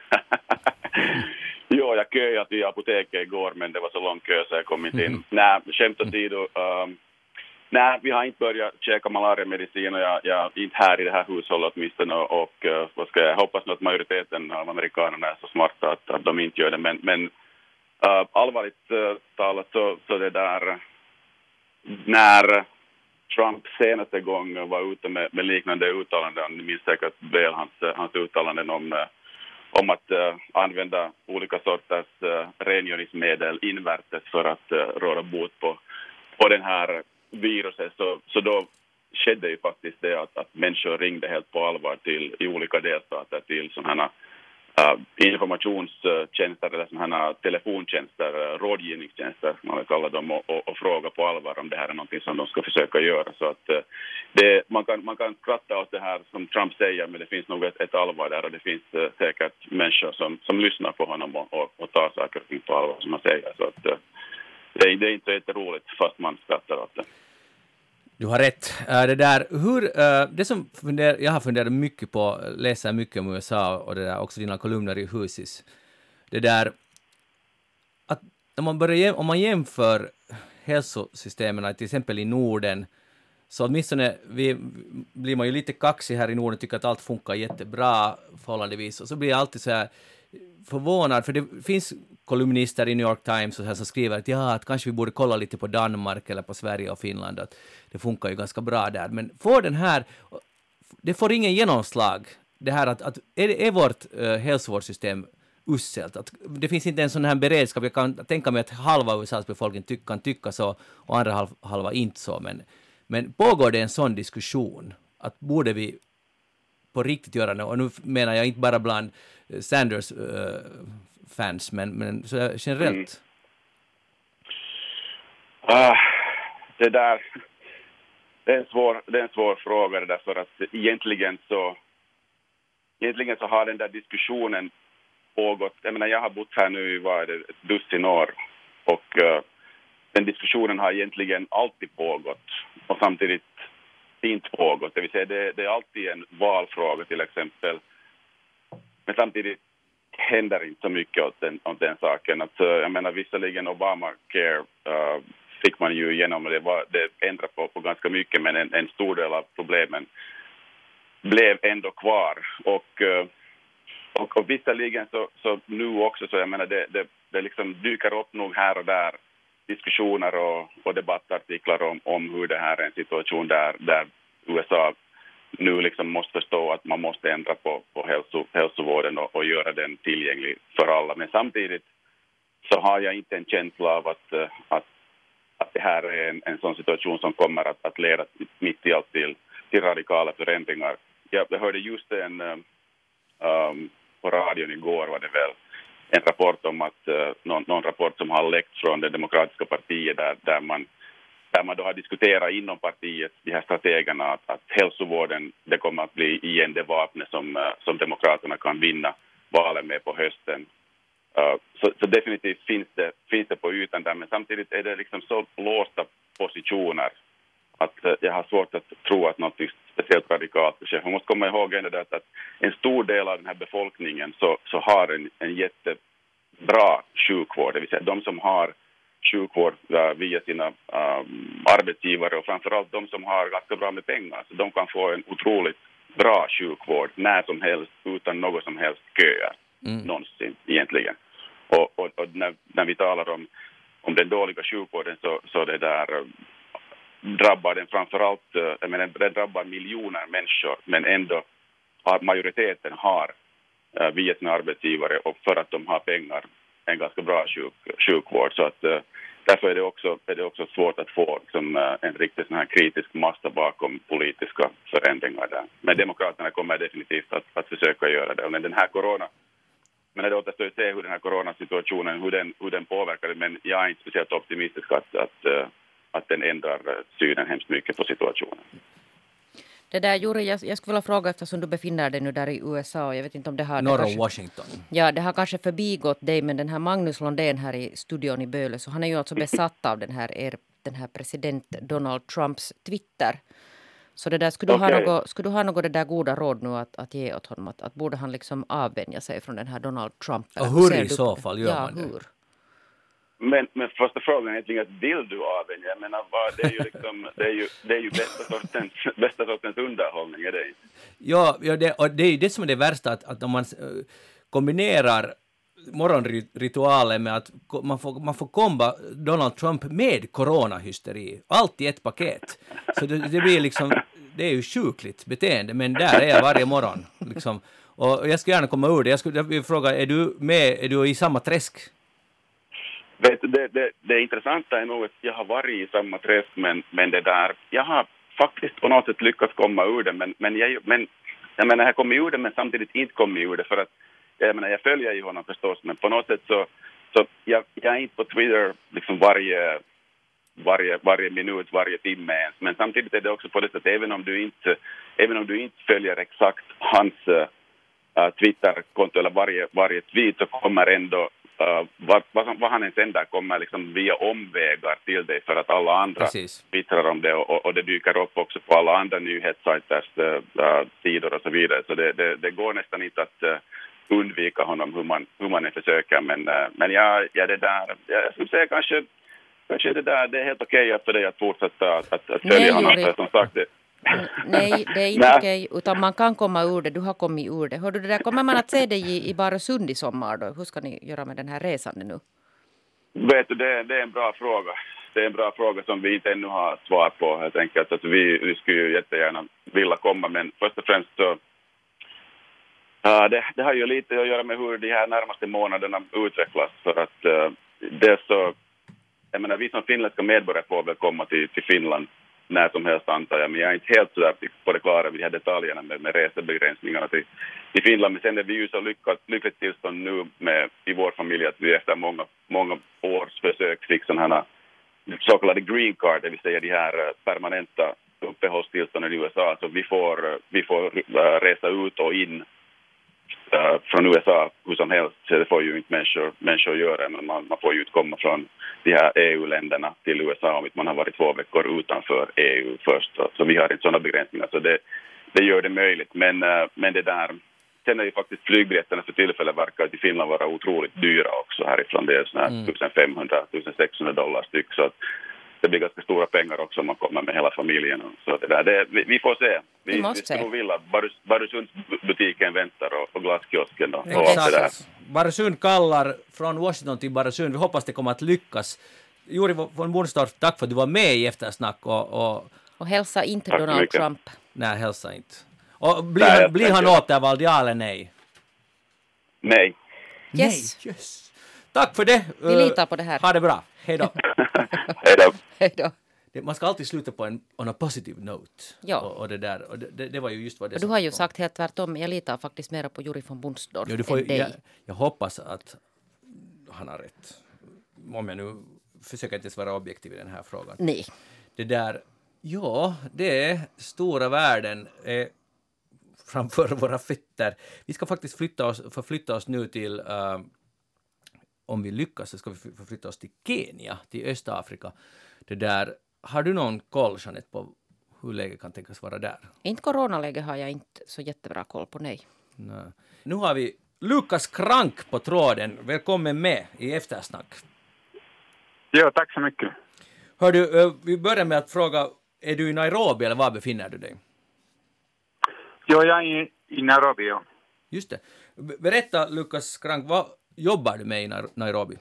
Jo, jag köade till apoteket igår, men det var så lång kö så jag kom inte in. Nej, skämt åsido. Um, nej, vi har inte börjat käka malariamedicin och jag, jag är inte här i det här hushållet åtminstone. Och, och uh, vad ska jag hoppas att majoriteten av amerikanerna är så smarta att, att de inte gör det. Men, men uh, allvarligt uh, talat så, så det där när Trump senaste gång var ute med, med liknande uttalanden, ni minns säkert väl hans, hans uttalanden om, om att uh, använda olika sorters uh, rengöringsmedel invärtes för att uh, råda bot på, på den här viruset. Så, så då skedde ju faktiskt det att, att människor ringde helt på allvar till i olika delstater till sådana uh, informationstjänster eller sådana telefontjänster, uh, rådgivningstjänster man vill kalla dem och, och, och fråga på allvar om det här är någonting som de ska försöka göra. Så att uh, det, man, kan, man kan skratta åt det här som Trump säger, men det finns nog ett, ett allvar där och det finns uh, säkert människor som, som lyssnar på honom och, och, och tar saker och ting på allvar som han säger. Så att uh, det, är, det är inte jätteroligt fast man skrattar åt det.
Du har rätt. Uh, det där, hur, uh, det som funder, jag har funderat mycket på, läser mycket om U S A och det där, också dina kolumner i Husis. Det där, att om man, börjar, om man jämför hälsosystemen till exempel i Norden, så åtminstone vi, blir man ju lite kaxig här i Norden, tycker att allt funkar jättebra förhållandevis, och så blir jag alltid så här förvånad, för det finns kolumnister i New York Times och så här som skriver att ja, att kanske vi borde kolla lite på Danmark eller på Sverige och Finland, att det funkar ju ganska bra där, men får den här, det får ingen genomslag, det här att, att är, är vårt uh, hälsovårdssystem uselt, att det finns inte en sån här beredskap. Jag kan tänka mig att halva U S A:s befolkning tyck, kan tycka så och andra halva, halva inte så, men, men pågår det en sån diskussion att borde vi på riktigt göra det, och nu menar jag inte bara bland Sanders uh, fans, men, men så generellt.
Mm. Uh, det där det är en svår, det är en svår fråga det där, för att egentligen så egentligen så har den där diskussionen pågått. Jag menar, jag har bott här nu i vad är det, ett dussin år, och uh, den diskussionen har egentligen alltid pågått och samtidigt inte pågått. Det vill säga det, det är alltid en valfråga till exempel. Men samtidigt händer inte så mycket åt den, åt den saken. Att, jag menar, visserligen Obamacare uh, fick man ju igenom, och det, var, det ändrade på, på ganska mycket, men en, en stor del av problemen blev ändå kvar. Och, uh, och, och visserligen så, så nu också, så jag menar, det, det, det liksom dyker upp nog här och där diskussioner och, och debattartiklar om, om hur det här är en situation där, där U S A nu liksom måste förstå att man måste ändra på, på hälso, hälsovården och, och göra den tillgänglig för alla. Men samtidigt så har jag inte en känsla av att, att, att det här är en, en sån situation som kommer att, att leda mitt i allt till, till radikala förändringar jag, jag hörde just en, um, på radion igår var det väl, en rapport om att, uh, någon, någon rapport som har läckt från det demokratiska partiet där, där man där man då har diskuterat inom partiet, de här strategerna, att, att hälsovården, det kommer att bli igen det vapnet som, uh, som demokraterna kan vinna valet med på hösten. Uh, så, så definitivt finns det, finns det på ytan där, men samtidigt är det liksom så låsta positioner att uh, jag har svårt att tro att något speciellt radikalt sker. Man måste komma ihåg ändå att, att en stor del av den här befolkningen så, så har en, en jättebra sjukvård, det vill säga de som har sjukvård uh, via sina um, arbetsgivare och framförallt de som har ganska bra med pengar, så de kan få en otroligt bra sjukvård när som helst utan något som helst köer mm. någonsin egentligen. Och, och, och när, när vi talar om, om den dåliga sjukvården så, så det där uh, drabbar den framförallt, uh, jag menar, det drabbar miljoner människor, men ändå har majoriteten har uh, via sina arbetsgivare och för att de har pengar en ganska bra sjuk, sjukvård. Så att, uh, därför är det, också, är det också svårt att få liksom, uh, en riktigt sån här kritisk massa bakom politiska förändringar där. Men demokraterna kommer definitivt att, att försöka göra det. Men den här corona, men det återstår att se hur den här coronasituationen, hur den, hur den påverkar det. Men jag är inte speciellt optimistisk att, att, uh, att den ändrar synen hemskt mycket på situationen.
Det där, Juri, jag, jag skulle vilja fråga eftersom du befinner dig nu där i U S A och jag vet inte om det har...
Norra
kanske,
Washington.
Ja, det har kanske förbigått dig, men den här Magnus Lundén här i studion i Böle, så han är ju alltså besatt av den här, er, den här president Donald Trumps Twitter. Så det där, skulle, okay. du ha något, skulle du ha något det där goda råd nu att, att ge åt honom? Att, att borde han liksom avvänja sig från den här Donald Trump?
Och hur i så fall gör
ja,
man det?
Hur?
Men, men första frågan är egentligen att vill du avvänja? Jag menar, vad, det är ju liksom, det är ju, det är ju bästa sortens, bästa sortens underhållning, är det inte?
Ja, ja det, och det är ju det som är det värsta, att, att om man uh, kombinerar morgonritualen med att man får, man får komba Donald Trump med coronahysteri, allt i ett paket. Så det, det blir liksom, det är ju sjukligt beteende, men där är jag varje morgon. Liksom. Och jag skulle gärna komma ur det. Jag skulle jag vill fråga, är du med, är du i samma träsk?
Vet du, det, det, det intressanta är nog att jag har varit i samma träsk, men, men det där, jag har faktiskt på något sätt lyckats komma ur det, men, men, jag, men jag menar, jag kommer ur det, men samtidigt inte kommer ur det, för att jag menar, jag följer ju honom förstås, men på något sätt så, så jag, jag är inte på Twitter liksom varje, varje, varje minut, varje timme ens, men samtidigt är det också på det sättet, även om du inte, även om du inte följer exakt hans uh, Twitter-konto eller varje, varje tweet, så kommer ändå Uh, vad, vad, vad han än sänder kommer liksom via omvägar till dig för att alla andra
Precis.
twittrar om det och, och det dyker upp också på alla andra nyhetssajters uh, uh, sidor och så vidare. Så det, det, det går nästan inte att uh, undvika honom hur man, hur man än försöker. Men, uh, men ja, ja, det där, jag skulle säga kanske, kanske det där, det är helt okej okay för dig att fortsätta att, att, att följa
Nej,
honom.
Juri.
Som sagt, det,
Nej, det är inte okej, utan man kan komma ur det. Du har kommit ur det. Hör du det där, kommer man att se dig i, i Barösund i sommar då? Hur ska ni göra med den här resan nu?
Vet du, det, det är en bra fråga. Det är en bra fråga som vi inte ännu har svar på, helt enkelt. Alltså, vi, vi skulle ju jättegärna vilja komma, men först och främst så uh, det, det har ju lite att göra med hur de här närmaste månaderna utvecklas. För att uh, det är så, jag menar, vi som finländska medborgare får väl komma till, till Finland när som helst, antar jag. Men jag är inte helt sådär på det klara vid de här detaljerna med, med resebegränsningarna till, till Finland. Men sen är vi ju så lyckat, lyckligt tillstånd nu med, i vår familj att vi efter många, många års försök fick sådana här så kallade green card, det vill säga de här permanenta uppehållstillstånden i U S A. Så vi får, vi får resa ut och in uh, från U S A hur som helst. Så det får ju inte människor, människor göra, men man, man får ju inte komma från de här E U-länderna till U S A om man har varit två veckor utanför E U först. Så, så vi har inte sådana begränsningar, så det, det gör det möjligt. Men, uh, men det där, sen är ju faktiskt flygbiljetterna för tillfället verkar till Finland vara otroligt dyra också härifrån. Det är sådana här mm. femtonhundra till sextonhundra dollar styck, så att det blir ganska stora pengar också om man kommer med hela familjen. Så det där, det, vi, vi får se. Vi, vi, vi ska nog vilja. Barösundsbutiken väntar och, och glasskiosken. Och, och det där.
Barösund kallar från Washington till Barösund. Vi hoppas det kommer att lyckas. Juri von Bornstorff, tack för att du var med i Eftersnack. Och, och,
och hälsa inte Donald Trump.
Nej, hälsa inte. Och blir nej, han, blir han återvald, ja eller nej?
Nej.
Yes.
Nej, yes. Tack för det.
Vi litar på det här.
Ha det bra. Hej då.
Hej då.
Hej då.
det, man ska alltid sluta på en on a positive note.
Ja.
Och, och, det, där, och det, det var ju just vad det
och du har ju sagt helt tvärtom, jag litar faktiskt mer på Juri von Bundsdorf
ja, du får,
än dig.
jag, jag hoppas att han har rätt. Om jag nu försöker inte vara objektiv i den här frågan.
Nej.
Det där, ja, det är stora värden är framför våra fötter. Vi ska faktiskt flytta oss, förflytta oss nu till, uh, om vi lyckas så ska vi förflytta oss till Kenya, till Östafrika. Det där, har du någon koll, Jeanette, på hur läget kan tänkas vara där?
Inte coronaläge har jag inte så jättebra koll på, nej.
nej. Nu har vi Lukas Krank på tråden. Välkommen med i Eftersnack.
Ja, tack så mycket.
Hör du, vi börjar med att fråga, är du i Nairobi eller var befinner du dig?
Ja, jag är i Nairobi, ja.
Just det. Berätta, Lukas Krank, vad jobbar du med i Nairobi?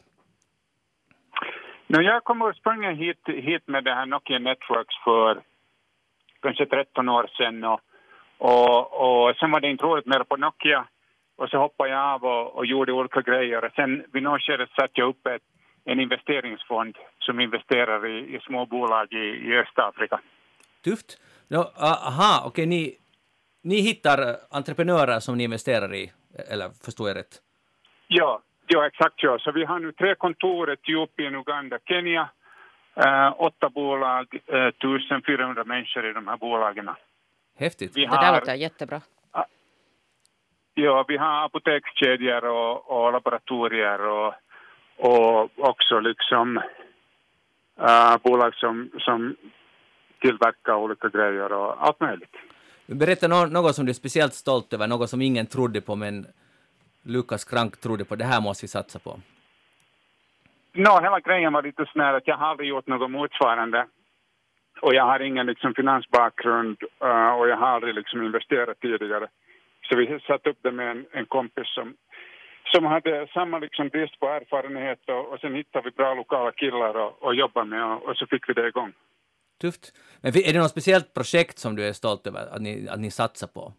No, jag kom ursprungligen hit, hit med det här Nokia Networks för kanske tretton år sedan. Och, och, och sen var det inte roligt mer på Nokia. Och så hoppade jag av och, och gjorde olika grejer. Och sen vid något skede satte jag upp ett, en investeringsfond som investerar i, i små bolag i, i Östafrika.
Tufft. No, aha, okej, okay, ni, ni hittar entreprenörer som ni investerar i, eller förstår jag rätt?
Ja, ja exakt. Ja. Så vi har nu tre kontor, Etiopien, Uganda, Kenya. Uh, åtta bolag, uh, tusen fyrahundra människor i de här bolagen.
Häftigt.
Vi
det där låter jättebra.
Uh, ja, vi har apotekskedjor och, och laboratorier och, och också liksom uh, bolag som, som tillverkar olika grejer och allt möjligt.
Berätta no- något som du är speciellt stolt över, något som ingen trodde på men Lukas Krank trodde på. Det här måste vi satsa på.
No, hela grejen var lite sån här att jag har aldrig gjort något motsvarande. Och jag har ingen liksom, finansbakgrund uh, och jag har aldrig liksom, investerat tidigare. Så vi satte upp det med en, en kompis som, som hade samma liksom, brist på erfarenhet och, och sen hittade vi bra lokala killar och, och jobbade med och, och så fick vi det igång.
Tufft. Men är det något speciellt projekt som du är stolt över att ni, att ni satsar på?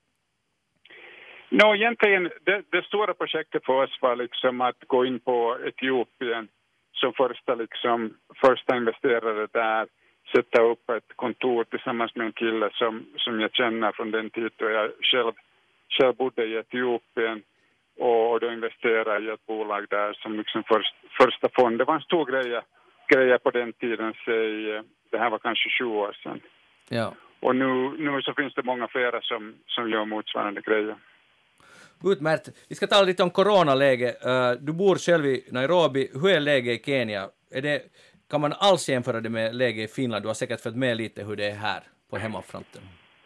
No, egentligen, det, det stora projektet för oss var liksom att gå in på Etiopien som första, liksom, första investerare där, sätta upp ett kontor tillsammans med en kille som, som jag känner från den tid då jag själv, själv bodde i Etiopien och då investerade i ett bolag där som liksom först, första fond. Det var en stor grej, grej på den tiden, så det här var kanske tjugo år sedan.
Ja.
Och nu, nu så finns det många flera som, som gör motsvarande grejer.
Utmärkt. Vi ska tala lite om coronaläge. Du bor själv i Nairobi. Hur är läget i Kenya? Är det, kan man alls jämföra det med läget i Finland? Du har säkert följt med lite hur det är här på hemmafronten.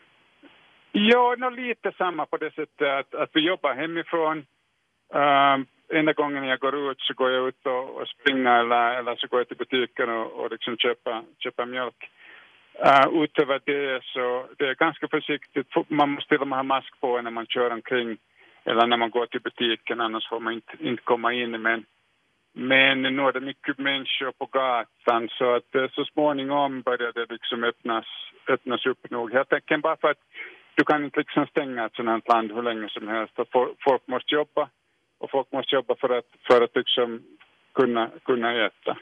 Ja, no, lite samma på det sättet att, att vi jobbar hemifrån. Uh, enda gången jag går ut så går jag ut och, och springer eller, eller så går jag till butiken och, och liksom köper, köper mjölk. Uh, utöver det så det är ganska försiktigt. Man måste till och med ha mask på när man kör omkring eller när man går till butiken, annars får man inte, inte komma in. Men, men nu är det mycket människor på gatan så att så småningom börjar det liksom öppnas, öppnas upp nog. Jag tänker bara för att du kan inte liksom stänga ett sådant land hur länge som helst. Att folk måste jobba och folk måste jobba för att, för att liksom kunna, kunna äta.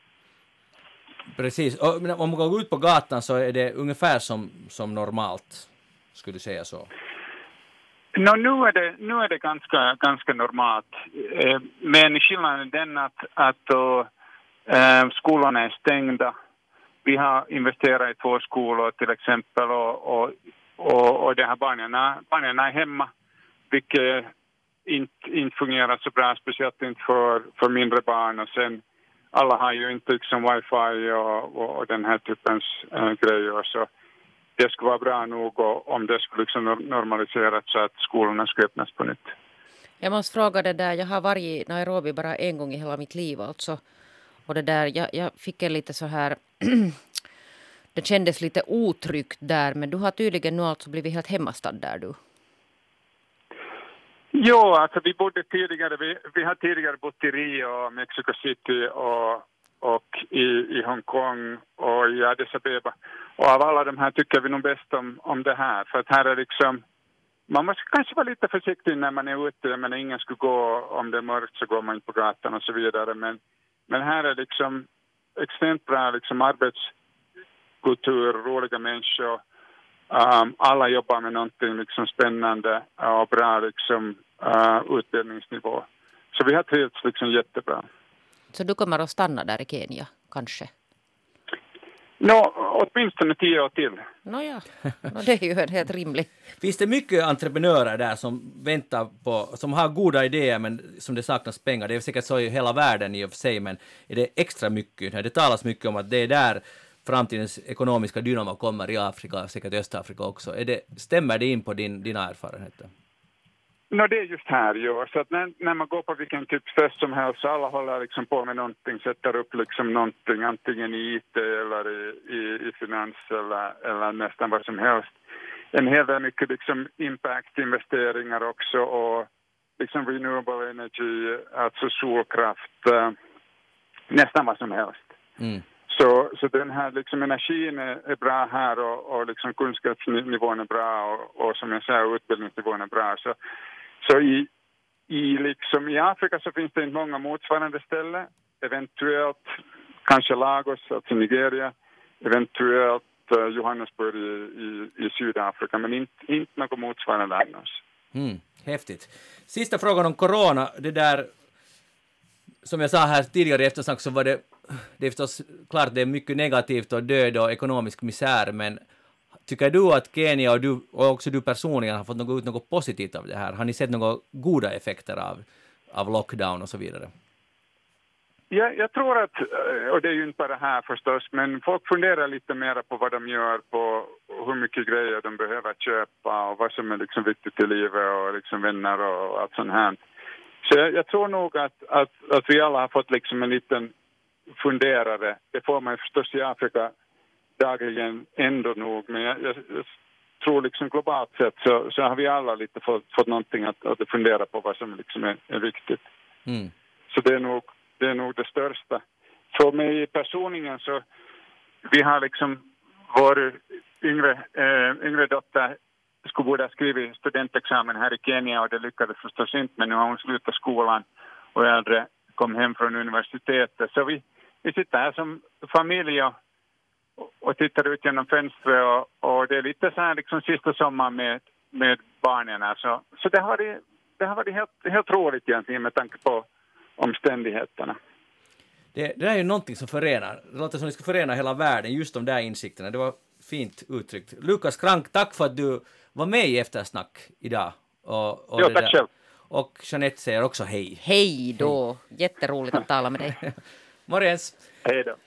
Precis. Och, men om man går ut på gatan så är det ungefär som, som normalt, skulle du säga så?
No, nu är det, nu är det ganska, ganska normalt. Eh, men skillnaden är den att, att då, eh, skolorna är stängda. Vi har investerat i två skolor till exempel och, och, och, och det här barnen, barnen är hemma. Vilket inte, inte fungerar så bra, speciellt inte för, för mindre barn. Och sen alla har ju inte liksom wifi och, och, och den här typens äh, grejer. Så det skulle vara bra nog om det skulle liksom normaliseras så att skolorna skulle öppnas på nytt.
Jag måste fråga det där, jag har varit i Nairobi bara en gång i hela mitt liv alltså. Och det där, jag, jag fick en lite så här, det kändes lite otryggt där, men du har tydligen nu alltså blivit helt hemmastad där du.
Ja, alltså vi bodde tidigare, vi, vi har tidigare bott i Rio, Mexico City och, och i, i Hongkong och i Addis Abeba. Och av alla de här tycker vi nog bäst om, om det här. För att här är liksom, man måste kanske vara lite försiktig när man är ute. Men ingen skulle gå, om det är mörkt så går man inte på gatan och så vidare. Men, men här är liksom extremt bra liksom arbets, kultur, roliga människor. Um, alla jobbar med någonting liksom spännande och bra liksom, uh, utbildningsnivå. Så vi har trivts liksom jättebra.
Så du kommer att stanna där i Kenya, kanske?
Nå, åtminstone tio år till.
Nåja, no, det är ju en helt rimlig.
Finns det mycket entreprenörer där som väntar på, som har goda idéer men som det saknas pengar? Det är säkert så i hela världen i och för sig, men är det extra mycket? Det talas mycket om att det är där framtidens ekonomiska dynamo kommer i Afrika, säkert Östafrika också. Är det, stämmer det in på din, dina erfarenheter?
No, det är just här, jo. Så att när, när man går på vilken typ fest som helst så alla håller liksom på med någonting, sätter upp liksom någonting, antingen i I T eller i, i, i finans eller, eller nästan vad som helst. En hel del mycket liksom impact-investeringar också och liksom renewable energy, alltså solkraft, äh, nästan vad som helst. Mm. Så, så den här liksom energin är, är bra här och, och liksom kunskapsnivån är bra och, och som jag säger utbildningsnivån är bra. Så, så i, i, liksom, i Afrika så finns det inte många motsvarande ställen. Eventuellt kanske Lagos, alltså Nigeria. Eventuellt uh, Johannesburg i, i, i Sydafrika. Men inte, inte något motsvarande annars.
Mm, häftigt. Sista frågan om corona. Det där, som jag sa här tidigare i eftersnack så var det, det är förstås klart det är mycket negativt och död och ekonomisk misär, men tycker du att Kenya och, du, och också du personligen har fått något, ut något positivt av det här? Har ni sett några goda effekter av, av lockdown och så vidare?
Ja, jag tror att, och det är ju inte bara här förstås, men folk funderar lite mer på vad de gör, på hur mycket grejer de behöver köpa och vad som är liksom viktigt i livet och liksom vänner och allt sånt här. Så jag, jag tror nog att, att, att vi alla har fått liksom en liten funderare. Det får man förstås i Afrika dagligen ändå nog, men jag, jag, jag tror liksom globalt sett så, så har vi alla lite fått, fått någonting att, att fundera på vad som liksom är, är viktigt. Mm. Så det är, nog, det är nog det största. För mig personligen så vi har liksom vår yngre, äh, yngre dotter skulle borde ha skrivit studentexamen här i Kenya och det lyckades förstås inte, men nu har hon slutat skolan och äldre kom hem från universitetet. Så vi, vi sitter här som familj och, och tittar ut genom fönstret och, och det är lite så här liksom sista sommaren med, med barnen. Alltså. Så det har varit, det har varit helt, helt roligt egentligen med tanke på omständigheterna.
Det, det är ju någonting som förenar. Det låter som att det ska förena hela världen, just de där insikterna. Det var fint uttryckt. Lukas Krank, tack för att du var med i Eftersnack idag. Och, och
jo, tack själv.
Och Jeanette säger också hej.
Hej då. Hej. Jätteroligt att tala med dig.
Morgens.
Hej då.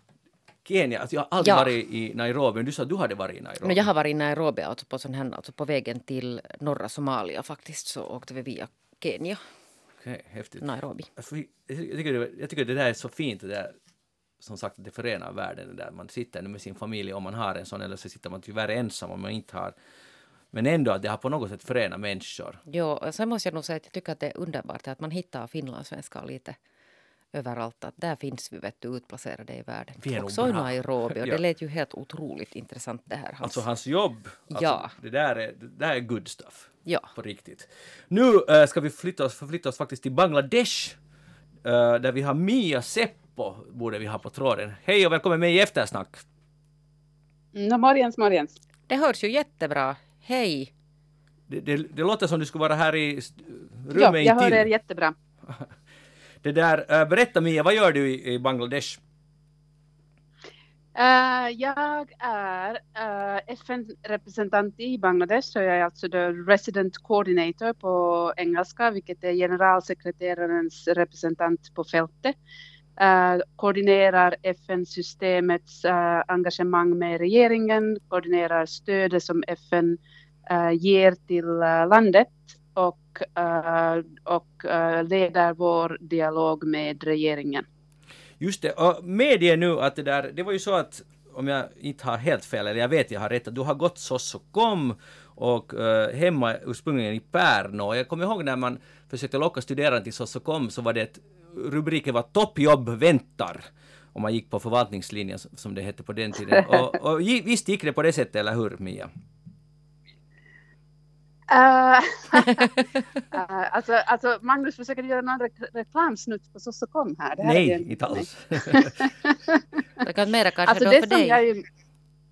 Kenya, alltså jag har aldrig
ja.
varit i Nairobi. Du sa att du hade varit i Nairobi.
Men jag har varit i Nairobi, alltså på, sån här, alltså på vägen till norra Somalia faktiskt, så åkte vi via Kenya.
Okej, häftigt.
Nairobi.
Jag tycker, det, jag tycker det där är så fint, det där, som sagt, det förenar världen, det där man sitter med sin familj om man har en sån, eller så sitter man tyvärr ensam om man inte har. Men ändå att det har på något sätt förenat människor.
Jo, sen måste jag nog säga att jag tycker att det är underbart att man hittar finlandssvenskar lite överallt. Att där finns vi, vet du, utplacerade i världen. Också i Nairobi. Och ja. Det lät ju helt otroligt intressant det här. Hans...
Alltså hans jobb. Alltså,
ja.
Det där är, det där är good stuff.
Ja.
På riktigt. Nu äh, ska vi flytta oss, förflytta oss faktiskt till Bangladesh. Äh, där vi har Mia Seppo, borde vi ha på tråden. Hej och välkommen med i Eftersnack.
No, morgens, morgens.
Det hörs ju jättebra. Hej.
Det, det, det låter som du skulle vara här i rummet
ja, jag
intill.
hör er jättebra.
Det där, äh, berätta Mia, vad gör du i, i Bangladesh?
Uh, jag är uh, F N-representant i Bangladesh, så jag är alltså the resident coordinator på engelska, vilket är generalsekreterarens representant på fältet. Uh, koordinerar F N-systemets uh, engagemang med regeringen, koordinerar stödet som F N uh, ger till uh, landet och, uh, och uh, leder vår dialog med regeringen.
Just det, och medge nu att det där, det var ju så att, om jag inte har helt fel, eller jag vet jag har rätt, att du har gått Sossokom och uh, hemma ursprungligen i Pärno. Jag kommer ihåg när man försökte locka studerande till Sossokom så var det ett, rubriken var toppjobb väntar, om man gick på förvaltningslinjen som det hette på den tiden. Och, och visst gick det på det sättet, eller hur Mia?
Uh, uh, alltså, alltså Magnus försöker göra någon re- reklamsnutt på Sossokom här. Det här
Nej, inte alls.
Det kan mera kanske
alltså,
då
det
för
som
dig.
Jag ju,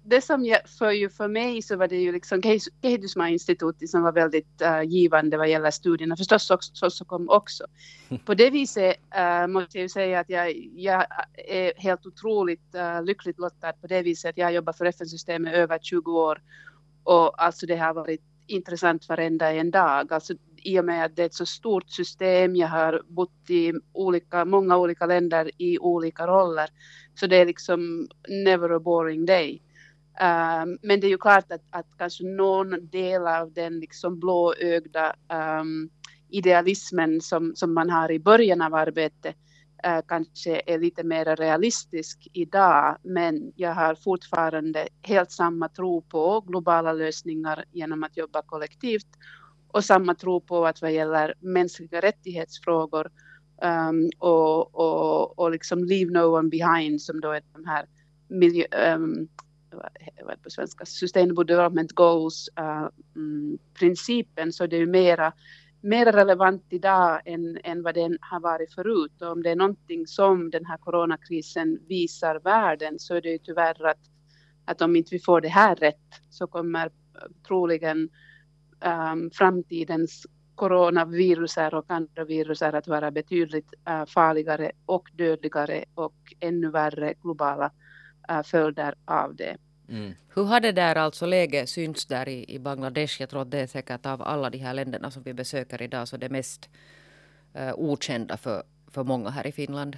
det som jag, för, ju för mig så var det ju liksom Kehitysmaa-instituutti som var väldigt uh, givande vad gäller studierna. Förstås också, så, så kom också. På det viset uh, måste jag ju säga att jag, jag är helt otroligt uh, lyckligt lottad på det viset att jag jobbar för F N-systemet över tjugo år. Och alltså det har varit intressant varenda en dag. Alltså i och med att det är ett så stort system, jag har bott i olika, många olika länder i olika roller. Så det är liksom never a boring day. Um, men det är ju klart att, att kanske någon del av den liksom blåögda um, idealismen som, som man har i början av arbetet uh, kanske är lite mer realistisk idag. Men jag har fortfarande helt samma tro på globala lösningar genom att jobba kollektivt. Och samma tro på att vad gäller mänskliga rättighetsfrågor um, och, och, och liksom leave no one behind som då är de här miljö, um, vad på svenska, Sustainable Development Goals uh, um, principen, så det är ju mera, mera relevant idag än, än vad den har varit förut. Och om det är någonting som den här coronakrisen visar världen så är det ju tyvärr att, att om inte vi får det här rätt så kommer troligen Um, framtidens coronaviruser och andra viruser att vara betydligt uh, farligare och dödligare och ännu värre globala uh, följder av det.
Mm. Hur har det där alltså läget synts där i, i Bangladesh? Jag tror att det är säkert av alla de här länderna som vi besöker idag så det mest uh, okända för, för många här i Finland.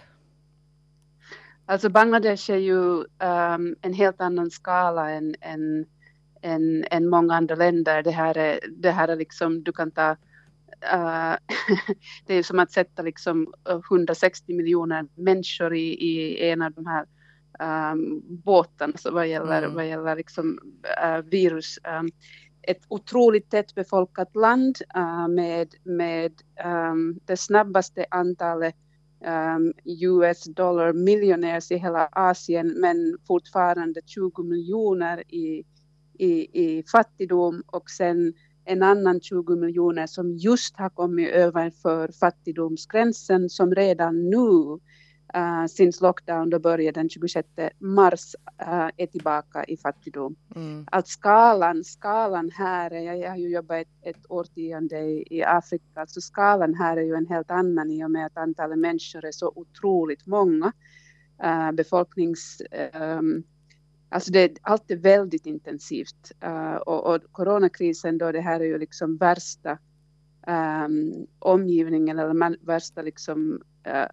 Alltså Bangladesh är ju um, en helt annan skala än, än Än, än många andra länder. Det här är, det här är liksom, du kan ta, uh, det är som att sätta liksom hundrasextio miljoner människor i, i en av de här um, båtarna så vad gäller, mm. vad gäller liksom, uh, virus. Um, ett otroligt tätt befolkat land uh, med, med um, det snabbaste antalet um, U S dollar miljonärs i hela Asien men fortfarande tjugo miljoner i I, i fattigdom och sen en annan tjugo miljoner som just har kommit över för fattigdomsgränsen som redan nu uh, since lockdown då började den tjugosjätte mars uh, är tillbaka i fattigdom. Mm. Att skalan, skalan här, jag, jag har ju jobbat ett, ett årtionde i, i Afrika, alltså skalan här är ju en helt annan i och med att antalet människor är så otroligt många. Uh, befolknings... Um, Alltså det, allt är väldigt intensivt uh, och, och coronakrisen då det här är ju liksom värsta um, omgivningen eller man, värsta liksom uh,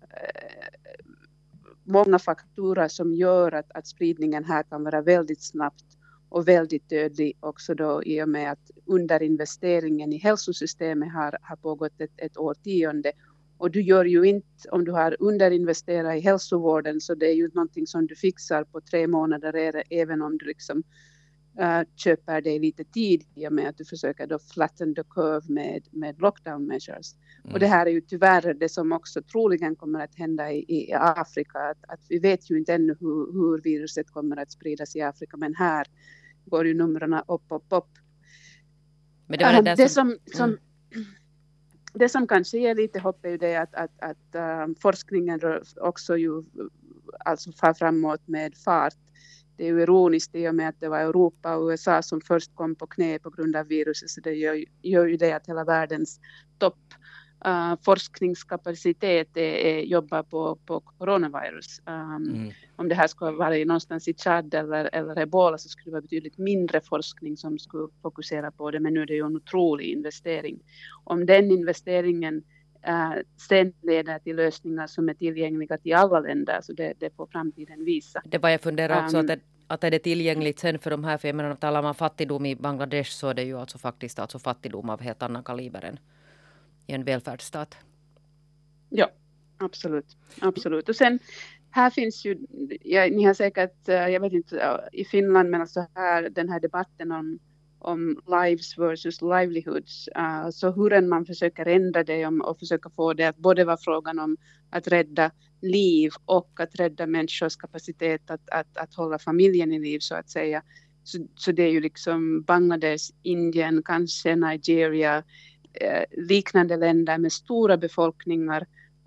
många faktorer som gör att, att spridningen här kan vara väldigt snabbt och väldigt dödlig också då i och med att underinvesteringen i hälsosystemet har, har pågått ett, ett årtionde. Och du gör ju inte, om du har underinvesterat i hälsovården så det är ju någonting som du fixar på tre månader även om du liksom uh, köper dig lite tid i och med att du försöker då flatten the curve med, med lockdown measures. Mm. Och det här är ju tyvärr det som också troligen kommer att hända i, i Afrika. Att, att vi vet ju inte ännu hur, hur viruset kommer att spridas i Afrika men här går ju numren upp, upp, upp.
Men det var det där
det
som...
som, som mm. Det som kanske ger lite hopp är ju det att, att, att uh, forskningen också ju alltså far framåt med fart. Det är ju ironiskt i och med att det var Europa och U S A som först kom på knä på grund av viruset. Så det gör, gör ju det att hela världens topp uh, forskningskapacitet är, är jobbar på, på coronavirus. Um, mm. Om det här skulle vara någonstans i Chad eller, eller Ebola så skulle det vara betydligt mindre forskning som skulle fokusera på det. Men nu är det ju en otrolig investering. Om den investeringen uh, sen leder till lösningar som är tillgängliga till alla länder så det, det får framtiden visa.
Det var jag funderar också um, att, det, att är det tillgängligt sen för de här, för jag menar, talar man fattigdom i Bangladesh så är det ju alltså faktiskt alltså fattigdom av helt annan kaliber än i en välfärdsstat.
Ja, absolut. absolut. Och sen här finns ju, ja, ni har säkert, jag vet inte, i Finland men alltså här den här debatten om, om lives versus livelihoods. Uh, så hur man försöker ändra det om, och försöka få det att både vara frågan om att rädda liv och att rädda människors kapacitet att, att, att hålla familjen i liv så att säga. Så, så det är ju liksom Bangladesh, Indien, kanske Nigeria, liknande länder med stora befolkningar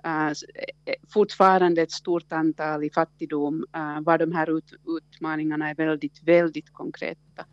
uh, fortfarande ett stort antal i fattigdom, uh, var de här ut, utmaningarna är väldigt, väldigt konkreta.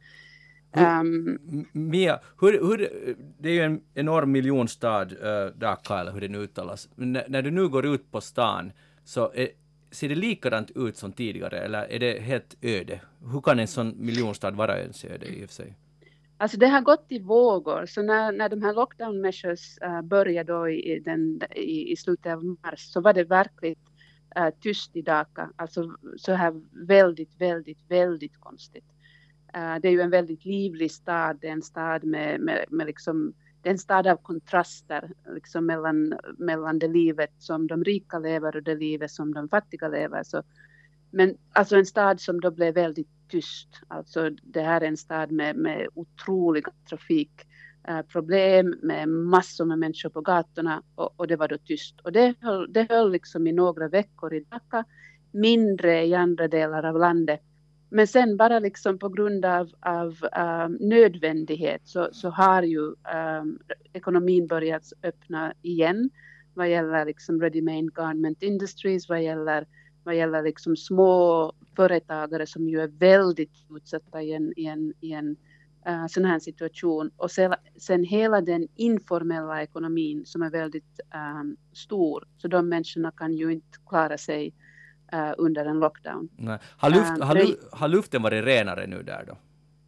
Um, Mia, hur, hur, det är ju en enorm miljonstad, uh, Dhaka, eller hur det nu uttalas. Men när, när du nu går ut på stan, så är, ser det likadant ut som tidigare, eller är det helt öde? Hur kan en sån miljonstad vara ens öde i och för sig?
Alltså det har gått i vågor, så när, när de här lockdown measures uh, började då i, den, i, i slutet av mars, så var det verkligt uh, tyst i Dhaka. Alltså så här väldigt, väldigt, väldigt konstigt. Uh, det är ju en väldigt livlig stad, det är en stad med, med, med liksom, det är en stad av kontraster liksom mellan, mellan det livet som de rika lever och det livet som de fattiga lever. Så, men alltså en stad som då blev väldigt tyst. Alltså det här är en stad med, med otroliga trafikproblem, uh, med massor med människor på gatorna, och, och det var då tyst. Och det höll, det höll liksom i några veckor i Dhaka, mindre i andra delar av landet. Men sen bara liksom på grund av, av um, nödvändighet så, så har ju um, ekonomin börjat öppna igen vad gäller liksom ready-made garment industries, vad gäller, vad gäller liksom små företagare som ju är väldigt utsatta i en, i en, i en uh, sån här situation. Och sen, sen hela den informella ekonomin som är väldigt um, stor, så de människorna kan ju inte klara sig Uh, under en lockdown.
Nej. Har, luft, uh, har, lu, har luften varit renare nu där då?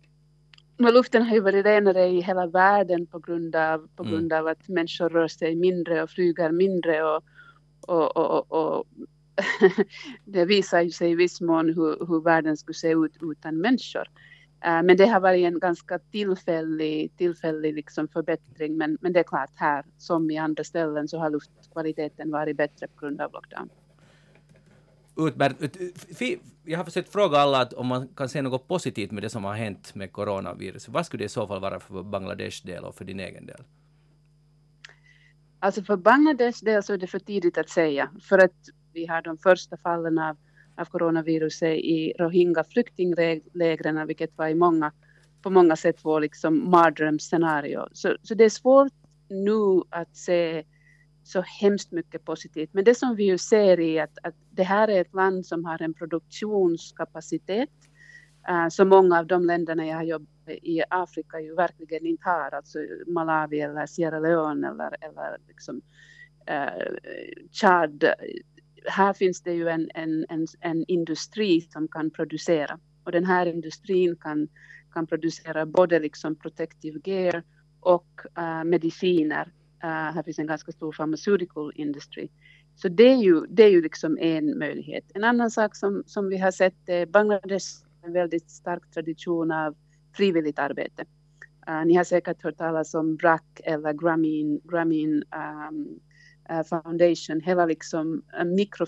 Men luften har ju varit renare i hela världen på grund av, på mm. grund av att människor rör sig mindre och flyger mindre, och, och, och, och, och det visar ju sig i viss mån hur, hur världen skulle se ut utan människor. Uh, men det har varit en ganska tillfällig, tillfällig liksom förbättring, men, men det är klart, här som i andra ställen så har luftkvaliteten varit bättre på grund av lockdown.
Utmärkt. Jag har försökt fråga alla att om man kan se något positivt med det som har hänt med coronavirus. Vad skulle det i så fall vara för Bangladesh del och för din egen del?
Alltså för Bangladesh del så är det för tidigt att säga. För att vi har de första fallen av, av coronaviruset i Rohingya-flyktinglägren, vilket var i många, på många sätt vår liksom mardrömsscenario. Så, så det är svårt nu att se så hemskt mycket positivt. Men det som vi ju ser är att, att det här är ett land som har en produktionskapacitet uh, som många av de länderna jag har jobbat i Afrika ju verkligen inte har. Alltså Malawi eller Sierra Leone eller, eller liksom, uh, Chad. Här finns det ju en, en, en, en industri som kan producera. Och den här industrin kan, kan producera både liksom protective gear och uh, mediciner. Uh, här finns en ganska stor pharmaceutical industry. Så det är ju, det är ju liksom en möjlighet. En annan sak som, som vi har sett är Bangladesh har en väldigt stark tradition av frivilligt arbete. Uh, ni har säkert hört talas om B R A C eller Grameen, Grameen um, uh, Foundation. Hela liksom uh,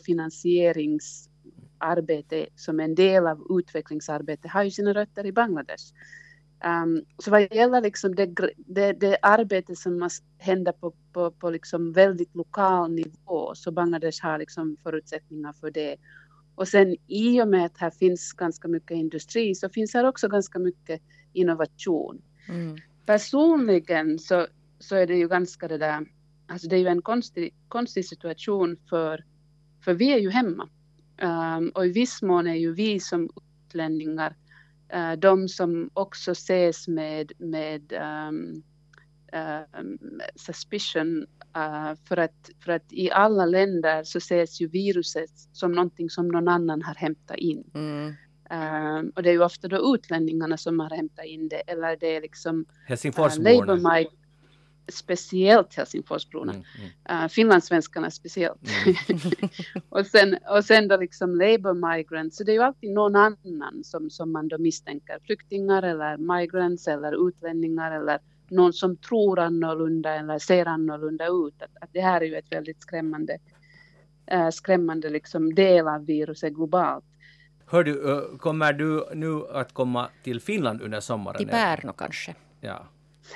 mikrofinansieringsarbete som en del av utvecklingsarbete har ju sina rötter i Bangladesh. Um, så vad gäller liksom det, det, det arbete som måste hända på, på, på liksom väldigt lokal nivå, så Bangladesh har liksom förutsättningar för det. Och sen i och med att här finns ganska mycket industri, så finns här också ganska mycket innovation. Mm. Personligen så, så är det ju ganska det där, alltså det är ju en konstig, konstig situation för, för vi är ju hemma. Um, och i viss mån är ju vi som utlänningar Uh, de som också ses med, med um, um, suspicion uh, för, att, för att i alla länder så ses ju viruset som någonting som någon annan har hämtat in. Mm. Uh, och det är ju ofta då utlänningarna som har hämtat in det, eller det är liksom
Helsingforsborna. Uh,
speciellt Helsingforsborna. Mm, mm. Uh, finlandssvenskarna speciellt. Mm. och, sen, och sen då liksom labor migrants. Så det är ju alltid någon annan som, som man då misstänker. Flyktingar eller migrants eller utlänningar eller någon som tror annorlunda eller ser annorlunda ut. Att, att det här är ju ett väldigt skrämmande, uh, skrämmande liksom del av viruset globalt.
Hör du, uh, kommer du nu att komma till Finland under sommaren?
Till Pärnu kanske.
Ja.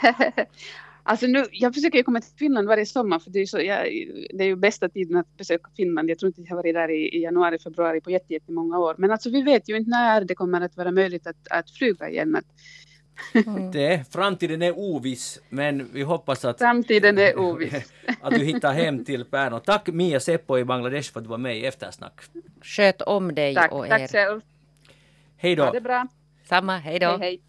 Alltså nu, jag försöker ju komma till Finland varje sommar, för det är, så, jag, det är ju bästa tiden att besöka Finland. Jag tror inte jag har varit där i, i januari, februari på jättemånga år. Men alltså vi vet ju inte när det kommer att vara möjligt att, att flyga igen. Att
Mm. Det, framtiden är oviss, men vi hoppas att,
framtiden är oviss.
att du hittar hem till Pärnu. Tack Mia Seppo i Bangladesh för att du var med i Eftersnack.
Sköt om dig
Tack,
och er.
tack själv.
Hej då.
Ha det bra.
Samma, hej då.
Hej, hej.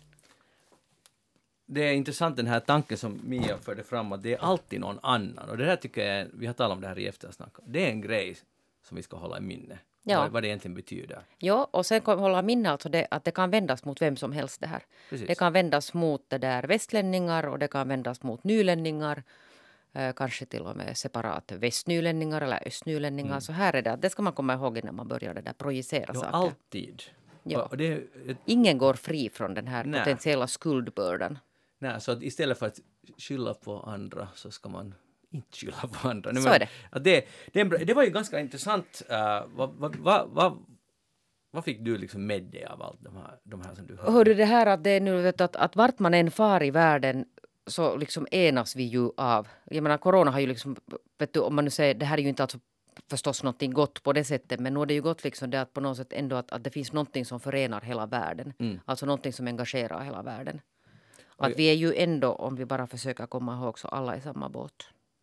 Det är intressant den här tanken som Mia förde fram, att det är alltid någon annan. Och det där tycker jag, vi har talat om det här i Eftersnack. Det är en grej som vi ska hålla i minne.
Ja.
Vad, vad det egentligen betyder.
Ja, och sen kan hålla minne alltså det, att det kan vändas mot vem som helst det här.
Precis.
Det kan vändas mot det där västlänningar och det kan vändas mot nylänningar. Eh, kanske till och med separat västnylänningar eller östnylänningar. Mm. Så här är det. Det ska man komma ihåg när man börjar det där projicera
Ja,
saker.
alltid.
Ja.
Och det,
Ingen går fri från den här
Nej.
potentiella skuldbördan.
Nej, så att istället för att skylla på andra så ska man inte skylla på andra. Nej,
Så
men,
är det.
Att det, det, är en bra- det var ju ganska intressant. Uh, vad, vad, vad, vad, vad fick du liksom med dig av allt de här, de här som du hörde?
Hör du det här att det är nu vet, att, att vart man än far i världen så liksom enas vi ju av. Jag menar corona har ju liksom, vet du, om man nu säger, det här är ju inte alltså förstås någonting gott på det sättet, men nu är det ju gott liksom det att på något sätt ändå att, att det finns någonting som förenar hela världen.
Mm.
Alltså någonting som engagerar hela världen.
Oj.
Att vi är ju ändå, om vi bara försöker komma ihåg, så alla i samma båt.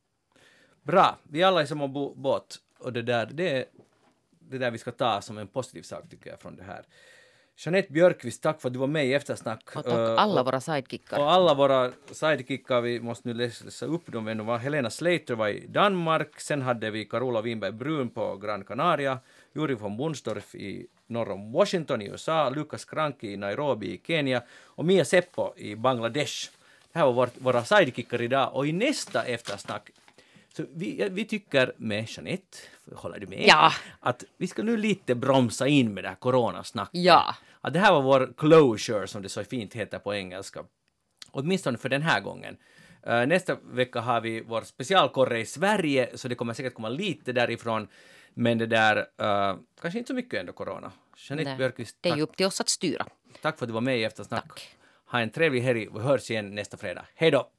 Bra, vi alla är i samma bo- båt. Och det där, det är det där vi ska ta som en positiv sak tycker jag från det här. Jeanette Björkqvist, tack för att du var med i Eftersnack.
Och tack
Uh,
alla
och,
våra sidekickar.
och alla våra sidekickar, vi måste nu läsa upp dem. Det var Helena Slater var i Danmark, sen hade vi Carola Winberg Brun på Gran Canaria, Juri von Bunsdorf i norr om Washington i U S A, Lukas Kranki i Nairobi i Kenya och Mia Seppo i Bangladesh. Det här var vårt, våra sidekickar idag och i nästa Eftersnack så vi, vi tycker med Jeanette, håller du med?
Ja.
Att vi ska nu lite bromsa in med det här coronasnacket.
Ja.
Att det här var vår closure som det så fint heter på engelska. Åtminstone för den här gången. Uh, nästa vecka har vi vår specialkorre i Sverige så det kommer säkert komma lite därifrån. Men det där, uh, kanske inte så mycket ändå corona. Jeanette
Nej,
Björkqvist,
det är
tack,
ju upp till oss att styra.
tack för att du var med i Eftersnack.
Tack.
Ha en trevlig helg. Vi hörs igen nästa fredag. Hej då!